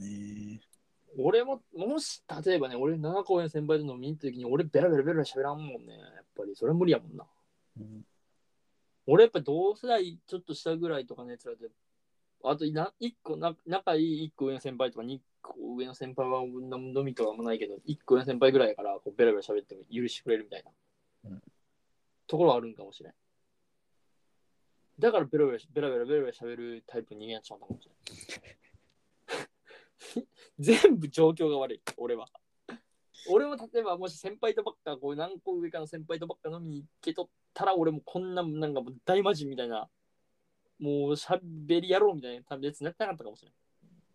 ね。 俺も、もし、例えばね、俺ななこ上の先輩と飲みに行った時に、俺ベラベラベラベラ喋らんもんね。やっぱり、それは無理やもんな。 うん、 俺やっぱ同世代ちょっと下ぐらいとかのやつらで、あとな一個な仲いい一個上の先輩とか二個上の先輩は飲みとかもないけど、一個上の先輩ぐらいやからこうベラベラ喋っても許してくれるみたいな、うん、ところはあるんかもしれん。だからベラベラベラベラベラベラ喋るタイプに人間やっちゃうんだかもしれん。全部状況が悪い、俺は。俺も例えばもし先輩とばっかこう何個上かの先輩とばっか飲みに行けとったら俺もこんななんかもう大魔人みたいなもうしゃべりやろうみたいな多分やつになってなかったかもしれない。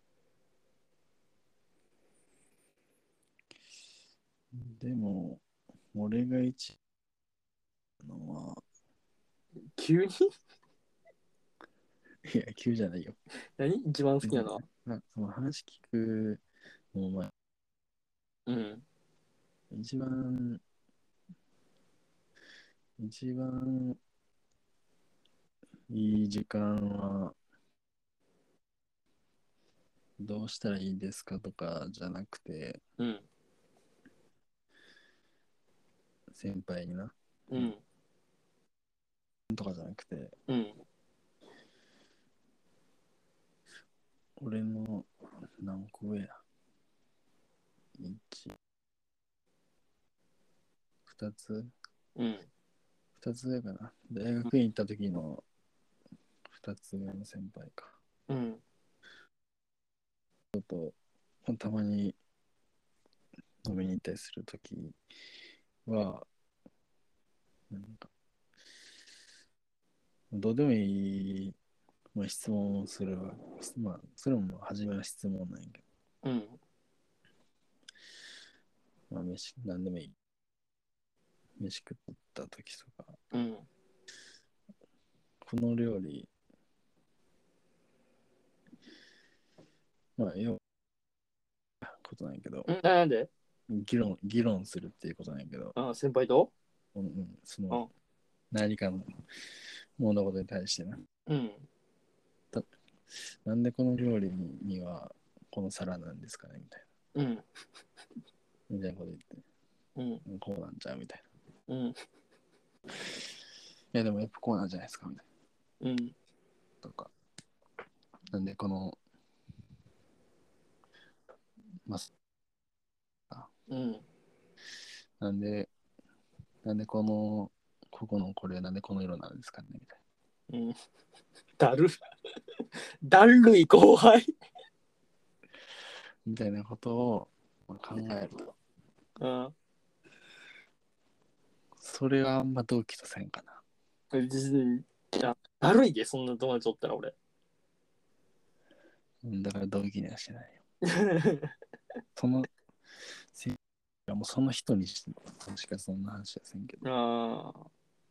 でも、俺が一のは、 急にいや、急じゃないよ。 何一番好きなのは？ その話聞くのまあ、 うん。 一番、一番いい時間は、どうしたらいいですかとかじゃなくて、 うん。 先輩にな。 うん。 とかじゃなくて、 うん。 俺の何個上や。一、二つうん。 二つ上かな。大学院行った時の二つ上の先輩か。 うん。 ちょっと、たまに飲みに行ったりするときは、なんか、どうでもいい、まあ、質問をするわ。まあ、それも初めは質問なんやけうん。 ど、まあ、飯、なんでもいい。飯食ったときとか、 うん。 この料理、まあ、よことなんやけど、 うん。なんで？ 議論、議論するっていうことなんやけど、 あ、先輩と？ うんうん、そうん。 の、何かの物事に対してな。 うん。 たなんでこの料理ににはこの皿なんですかねみたいうん。 な。みたいなこと言って、 うん。 こうなんちゃうみたいうん。 な。いや、でもやっぱこうなんじゃないですかみたいうん。 な。とか。なんでこの、まあ、 うん。 なんで、なんでこの、ここのこれなんでこの色なんですかねみたいうん。だる。だるい後輩。 な。みたいなことを考えると。 うん。 それはあんま同期とせんかな。 いや、だるいで、そんな友達おったら俺。 だから同期にはしてないよ。その、せいやもうその人にししかそんな話はせんけど。 ああ。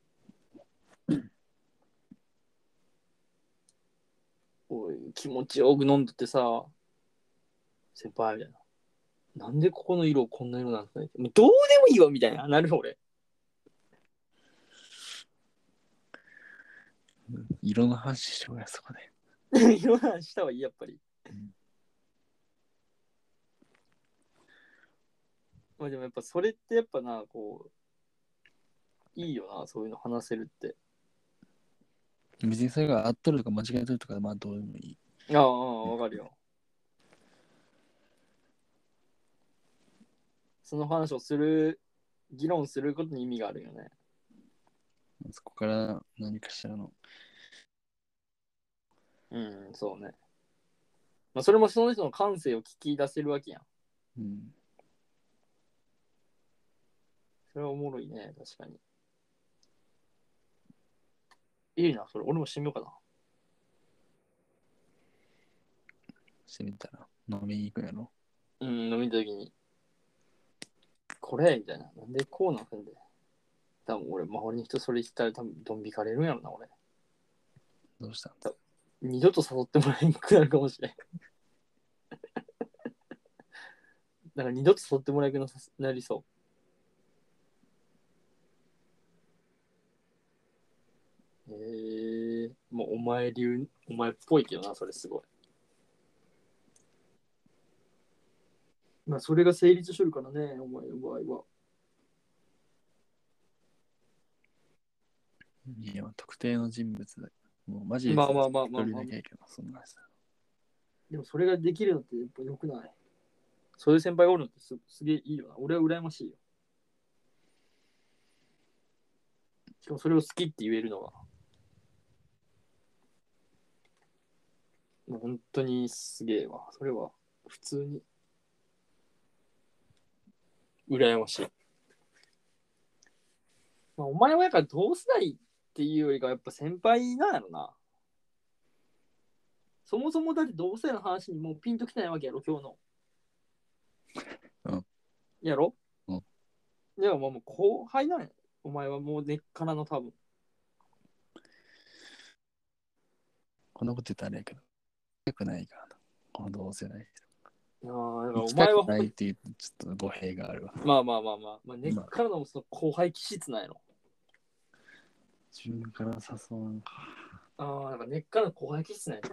おい、気持ちよく飲んどってさ、先輩みたいな。なんでここの色こんな色なんですかね。もうどうでもいいわみたいな。なる俺。 色の話しようや、そこで。 色の話した方がいい、やっぱり。うん、まあでもやっぱそれってやっぱな、こう、いいよな、そういうの話せるって。 別にそれが合っとるとか間違えとるとか、まあどうでもいい。 ああ、わかるよ。その話をする、議論することに意味があるよね。 そこから何かしらの。 うん、そうね。まあそれもその人の感性を聞き出せるわけやん。 うん。 それはおもろいね、確かに。いいな、それ。俺もしてみようかな。 してみたら、飲みに行くやろ。 うん、飲みたときに。これみたいな。なんでこうなんすんで。多分俺、周りに人それ言ったら多分ドン引かれるんやろな、俺。 どうしたん二度と誘ってもらえなくなるかもしれん。だから二度と誘ってもらえなくなりそう。へえー、もうお前流、お前っぽいけどな、それすごい。 まあ、それが成立しとるからね、お前の場合は。 いや、特定の人物だ。もうマジでまあまあまあまあまあ一人だけやけど、そんなさ。 でもそれができるのってやっぱ良くない。そういう先輩がおるのってすすげえいいよな。俺は羨ましいよ。しかもそれを好きって言えるのが、もう本当にすげえわ。それは普通に羨ましい。まあ、お前はやから同世代っていうよりかやっぱ先輩なんやろな。そもそもだって同世代の話にもうピンときてないわけやろ、今日の。 うん。 やろうん。 いや、もうもう後輩なんや。お前はもう根っからの多分。 こんなこと言ったらあれやけど、行きたくないからな。この同世代。 ああ、だからお行きたく前は本当に。 ないって言うとちょっと語弊があるわ。 まあまあまあまあ、まあ、根っからのその後輩気質なんやろ。 自分から誘わんか。 ああ、なんか根っからの後輩気質なんやって。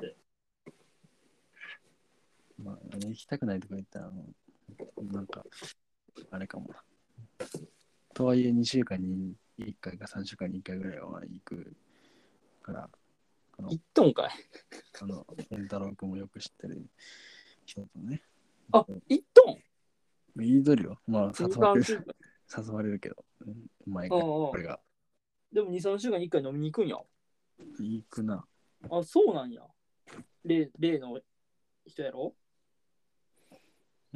まあ、行きたくないとか言ったら、なんか、あれかもな。とはいえにしゅうかんにいっかいかさんしゅうかんにいっかいぐらいは行くから、あの、 いっトンかい。 あの、健太郎君もよく知ってる人とね。 あ、いっトン言いとるよ。まあ、誘に、 われ 3週る、誘われるけど、うん毎回、 間。うんうん。 これが。 でもに、さんしゅうかんにいっかい飲みに行くんや。 行くな。 あ、そうなんや。例例の人やろうん。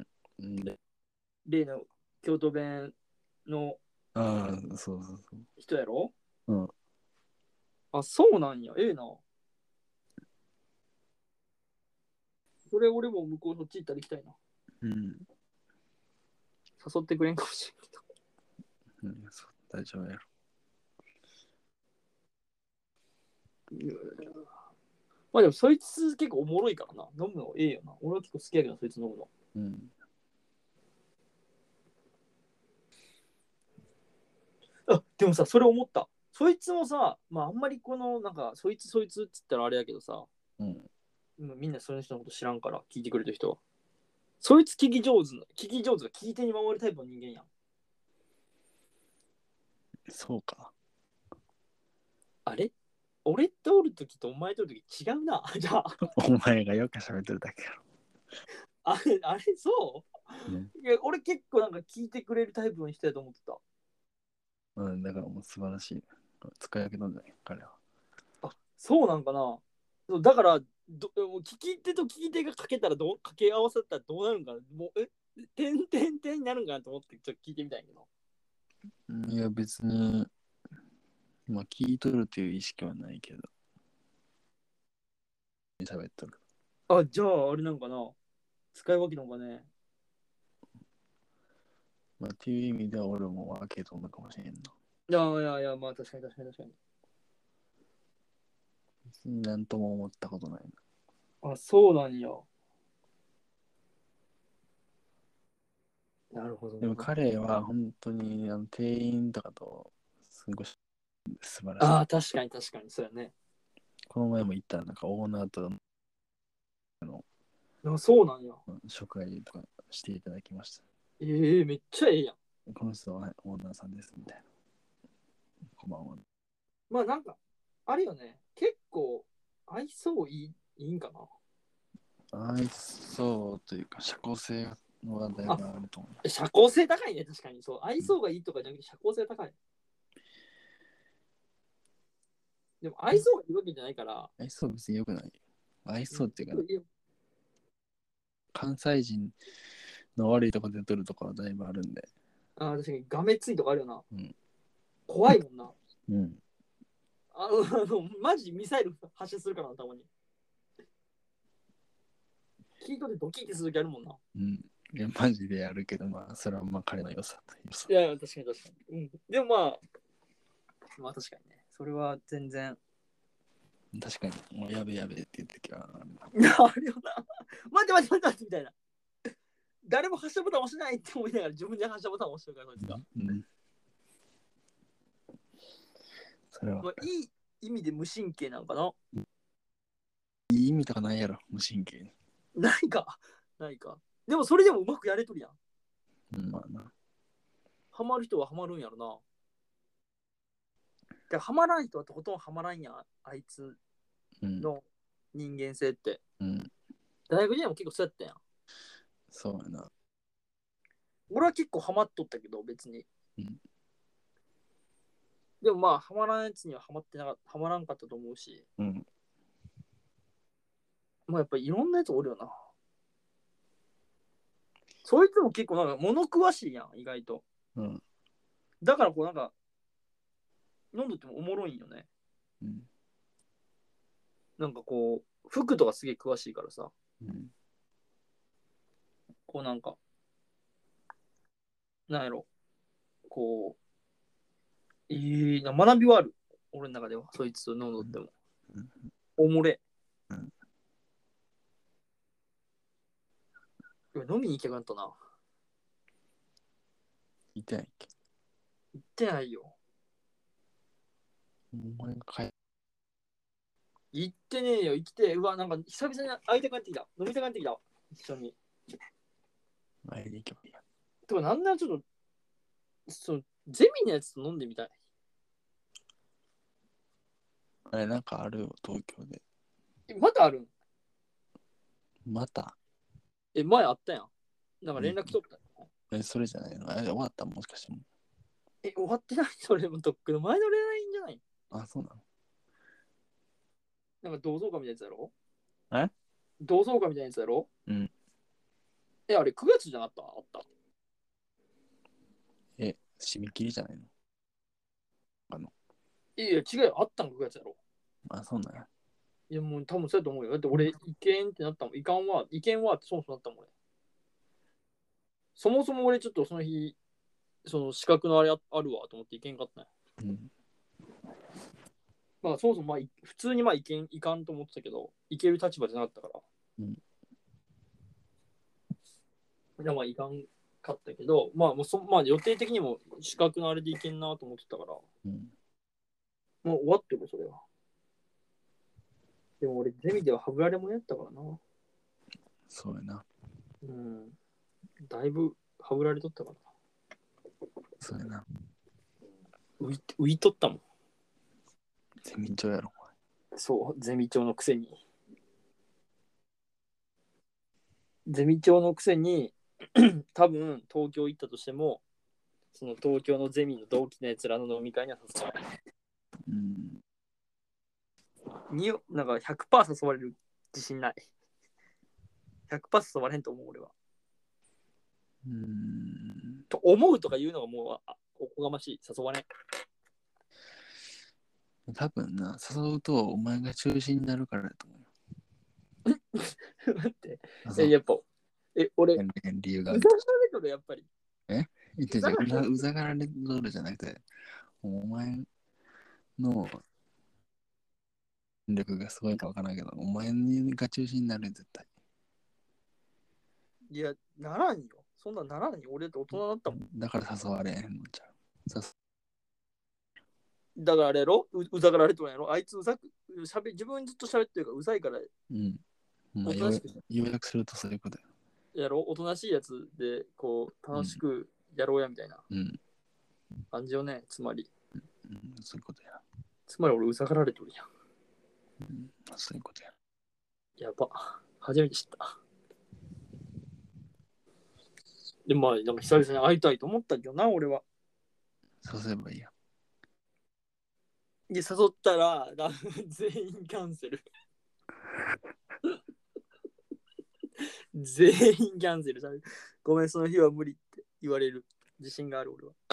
で、 例の京都弁のああ、そうそうそ人やろう。うん。 あ、そうなんや。ええな。それ俺も向こうそっち行ったら行きたいな。 うん。 誘ってくれんかもしうん、そう、大丈夫やろ。 れんけど。まあでもそいつ結構おもろいからな。飲むのええよな。俺は結構好きやけど、そいつ飲むの。 うん。 あ、でもさ、それ思った。そいつもさ、まああんまりこの、なんか、そいつそいつって言ったらあれやけどさ、 うん。 みんなその人のこと知らんから聞いてくれてる人は。そいつ聞き上手な、聞き上手が聞き手に回るタイプの人間やん。 そうか。 あれ俺とおるときとお前とおるとき違うな。じゃあ、 お前がよく喋ってるだけやろ。 あれ、あれ、そね。 ういや、俺結構なんか聞いてくれるタイプの人やと思ってた。 うん、だからもう素晴らしい。使い分けたんじゃない彼は。 あ、そうなんかな。そうだから、どもう聞き手と聞き手がかけたらどう、掛け合わさったらどうなるんかな。もう、え、てんてんてんになるんかなと思ってちょっと聞いてみたいけど。 いや、別に、まあ、聞いとるという意識はないけど、喋っとる。 あ、じゃあ、あれなんかな。使い分けなんかね。 まあ、っていう意味では俺も分けとんのかもしれんの。 いやいやいや、まあ確かに確かに確かに。 別になんとも思ったことないあ、そうなんや。なるほどな。でな。 も彼は本当にあの店員とかとすごい素晴らしい。 ああ、確かに確かに、そうやね。 この前も言ったらなんかオーナーとのあ、そうなんや。 初回とかしていただきました。 ええめっちゃええやん。 この人はオーナーさんですみたいな。こんばんは。 まあなんか、あれよね。結構、愛想いい、いいんかな。 愛想というか社交性の話題があると思う。 社交性高いね、確かに。そう。愛想がいいとかじゃなくて社交性高い。でも愛想がいいわけじゃないから。 愛想別に良くない。愛想っていうか、 うん関西人の悪いところで取るところはだいぶあるんで。 ああ、確かに、がめついとかあるよな。 うん。 怖いもんな。 うん。 あの、あのマジミサイル発射するからな、たまに。聞いとってドキッてするときあるもんな。 うん。いや、マジでやるけど、まあ、それはまあ彼の良さというさ。 いや、確かに確かに。うん。でもまあ、まあ確かにね。それは全然。 確かに、もうやべやべっていう時はあるな。 あるよな。待って待って待って待ってみたいな。誰も発射ボタン押しないって思いながら自分で発射ボタン押してるから、そいつが。 うん。それは、 まあ、いい意味で無神経なのかな。 いい意味とかないやろ、無神経に。 ないか。ないか。 でもそれでもうまくやれとるやん。 うん、まあな。 ハマる人はハマるんやろな。でハマらん人はとことんハマらんやん、あいつの人間性って。 うん。 大学時代も結構そうやったやん。 そうやな。 俺は結構ハマっとったけど、別に。 うん。 でもまあ、ハマらんやつにはハマってなかった、ハマらんかったと思うし。 うん。 まあやっぱいろんなやつおるよな。そいつも結構なんか物詳しいやん、意外と。 うん。 だからこうなんか、飲んどってもおもろいんよね。 うん。 なんかこう、服とかすげえ詳しいからさ。 うん。 こうなんか、なんやろ、こう、いいな、学びはある。俺の中では、そいつと飲んどっても。 うん。 おもれ。 うん。 飲みに行きたくなったな。 痛いっけ。 行ってないよ。 お前が帰行ってねえよ、行きてえ。うわ、なんか久々に会いたくなってきた。飲みたくなってきた。一緒に。 前で行けばいいや。 とか、なんならちょっと、そのゼミのやつと飲んでみたい。 あれ、なんかあるよ、東京で。 え、まだあるん？ またえ、前あったやん。なんか連絡取った。 え、それじゃないのあれ、終わったもしかしても。 え、終わってない？それもとっくの前の恋愛じゃない？ あ、そうなの。 なんか同窓会みたいなやつやろ？ え同窓会みたいなやつやろ？ うん。 え、あれくがつじゃなかった？あった。 え、締め切りじゃないのあの。 いやいや、違うよ。あったんくがつやろ。 あ、そうなんや。 いや、もう多分そうやと思うよ。だって俺、意見ってなったもん。意見は、意見はってそもそもなったもん。俺そもそも俺ちょっとその日、その資格のあれあるわと思って意見かったんや。 うん。 まあそもそもまあ普通にまあ意見いかんと思ってたけど、いける立場じゃなかったから。 うん。 いやまあいかんかったけど、まあもうそ、まあ予定的にも資格のあれでいけんなと思ってたから、 うん。 もう終わってるそれは。でも俺ゼミではハブられもやったからな。 そうやな。 うん。だいぶハブられとったからな。 そうやな。 浮い浮いとったもん。 ゼミ長やろ。 そう、ゼミ長のくせに。ゼミ長のくせに、多分東京行ったとしても、その東京のゼミの同期のやつらの飲み会には誘われない。 うん。 になんか ひゃくパーセント 誘われる自信ない。ひゃくパーセント 誘われへんと思う俺は。 うん。 と思うとか言うのがもうあおこがましい。誘われん。 多分な、誘うとお前が中心になるからだと思うよ。 待って。 あ、 え、やっぱ、え、俺、うざ理由ががられとるやっぱり。 えうざがらうざがられとるじゃなくて、お前の力がすごいかわからんけど、お前が中心になる絶対。 いや、ならんよ。そんなんならんよ。俺って大人だったもん。 だから誘われへんのちゃう。 だからあれやろ う, うざがられとるんやろあいつうざく、しゃべ自分ずっと喋ってるからうざいから。 うん。まあ、 おとなしく要約するとそういうことや。 やろおとなしいやつで、こう、楽しくやろうやみたいな感じよね。つまり。 うん、うん、そういうことや。 つまり俺うざがられとるやん。 うん、そういうことや。 やば。初めて知った。で、まあ、なんか久々に会いたいと思ったけどな、俺は。 そうすればいいや。 で、誘ったら、全員キャンセル。全員キャンセルされる。ごめん、その日は無理って言われる。自信がある、俺は。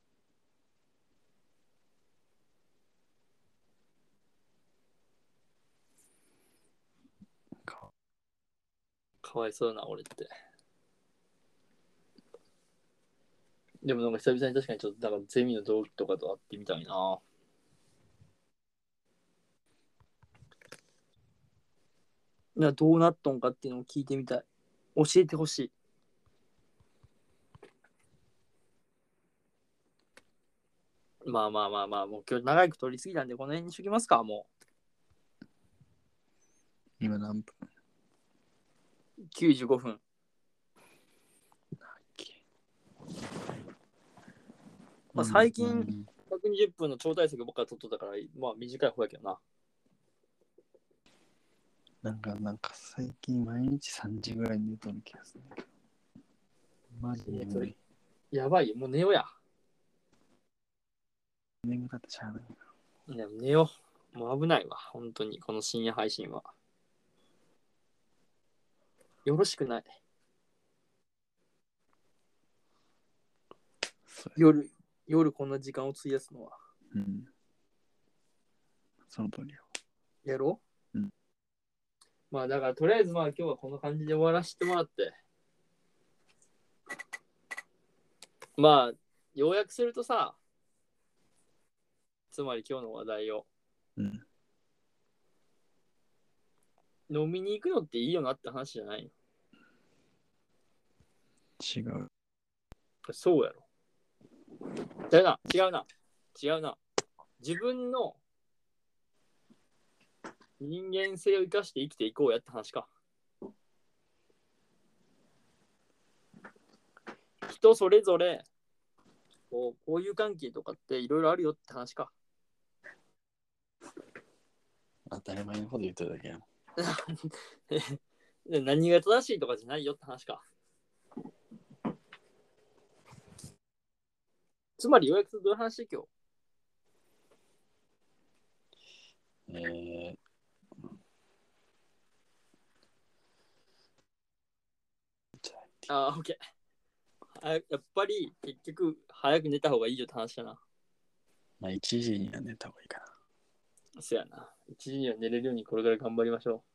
かかわいそうな、俺って。でもなんか久々に確かにちょっと、だからゼミの同期とかと会ってみたいな。などうなっとんかっていうのを聞いてみたい。教えてほしい。まあまあまあまあ、もう今日長く取りすぎたんで、この辺にしときますか、もう。今何分う。きゅうじゅうごふん。 まあ、最近、 うんひゃくにじゅっぷんの超大作ばっかり撮っとったから、まあ短い方やけどな。 なんか、なんか最近毎日さんじぐらいに寝とる気がする。マジで眠い。 やばいよ、もう寝ようや。 眠かったしゃあない。 いや、寝よう。もう危ないわ、本当に、この深夜配信は。よろしくない。夜、夜こんな時間を費やすのは。 うん。その通りよ。 やろう、うん、 まあだからとりあえずまあ今日はこの感じで終わらせてもらって。まあ、要約するとさ、つまり今日の話題を。 うん。 飲みに行くのっていいよなって話じゃないの？ 違う。 そうやろ。だよな、違うな。違うな。自分の人間性を生かして生きていこうやって話か。人それぞれこう交友関係とかっていろいろあるよって話か。 当たり前のこと言ってるだけやん。 何が正しいとかじゃないよって話か。つまりようやくどういう話今日。 えー、 ああ、オッケー。やっぱり結局早く寝た方がいいよって話だな。 まあいちじには寝た方がいいかな。 そやな。いちじには寝れるようにこれから頑張りましょ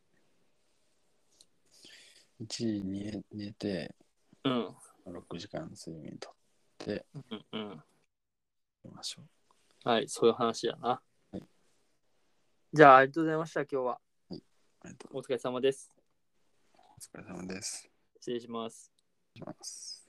いちじに寝て、 う。うん。 ろくじかん睡眠とってうんうん。 寝ましょう。はい、そういう話だな。 はい。 じゃあ、ありがとうございました、今日は。 はい。ありがとう。 お疲れ様です。 お疲れ様です。 失礼します。 します。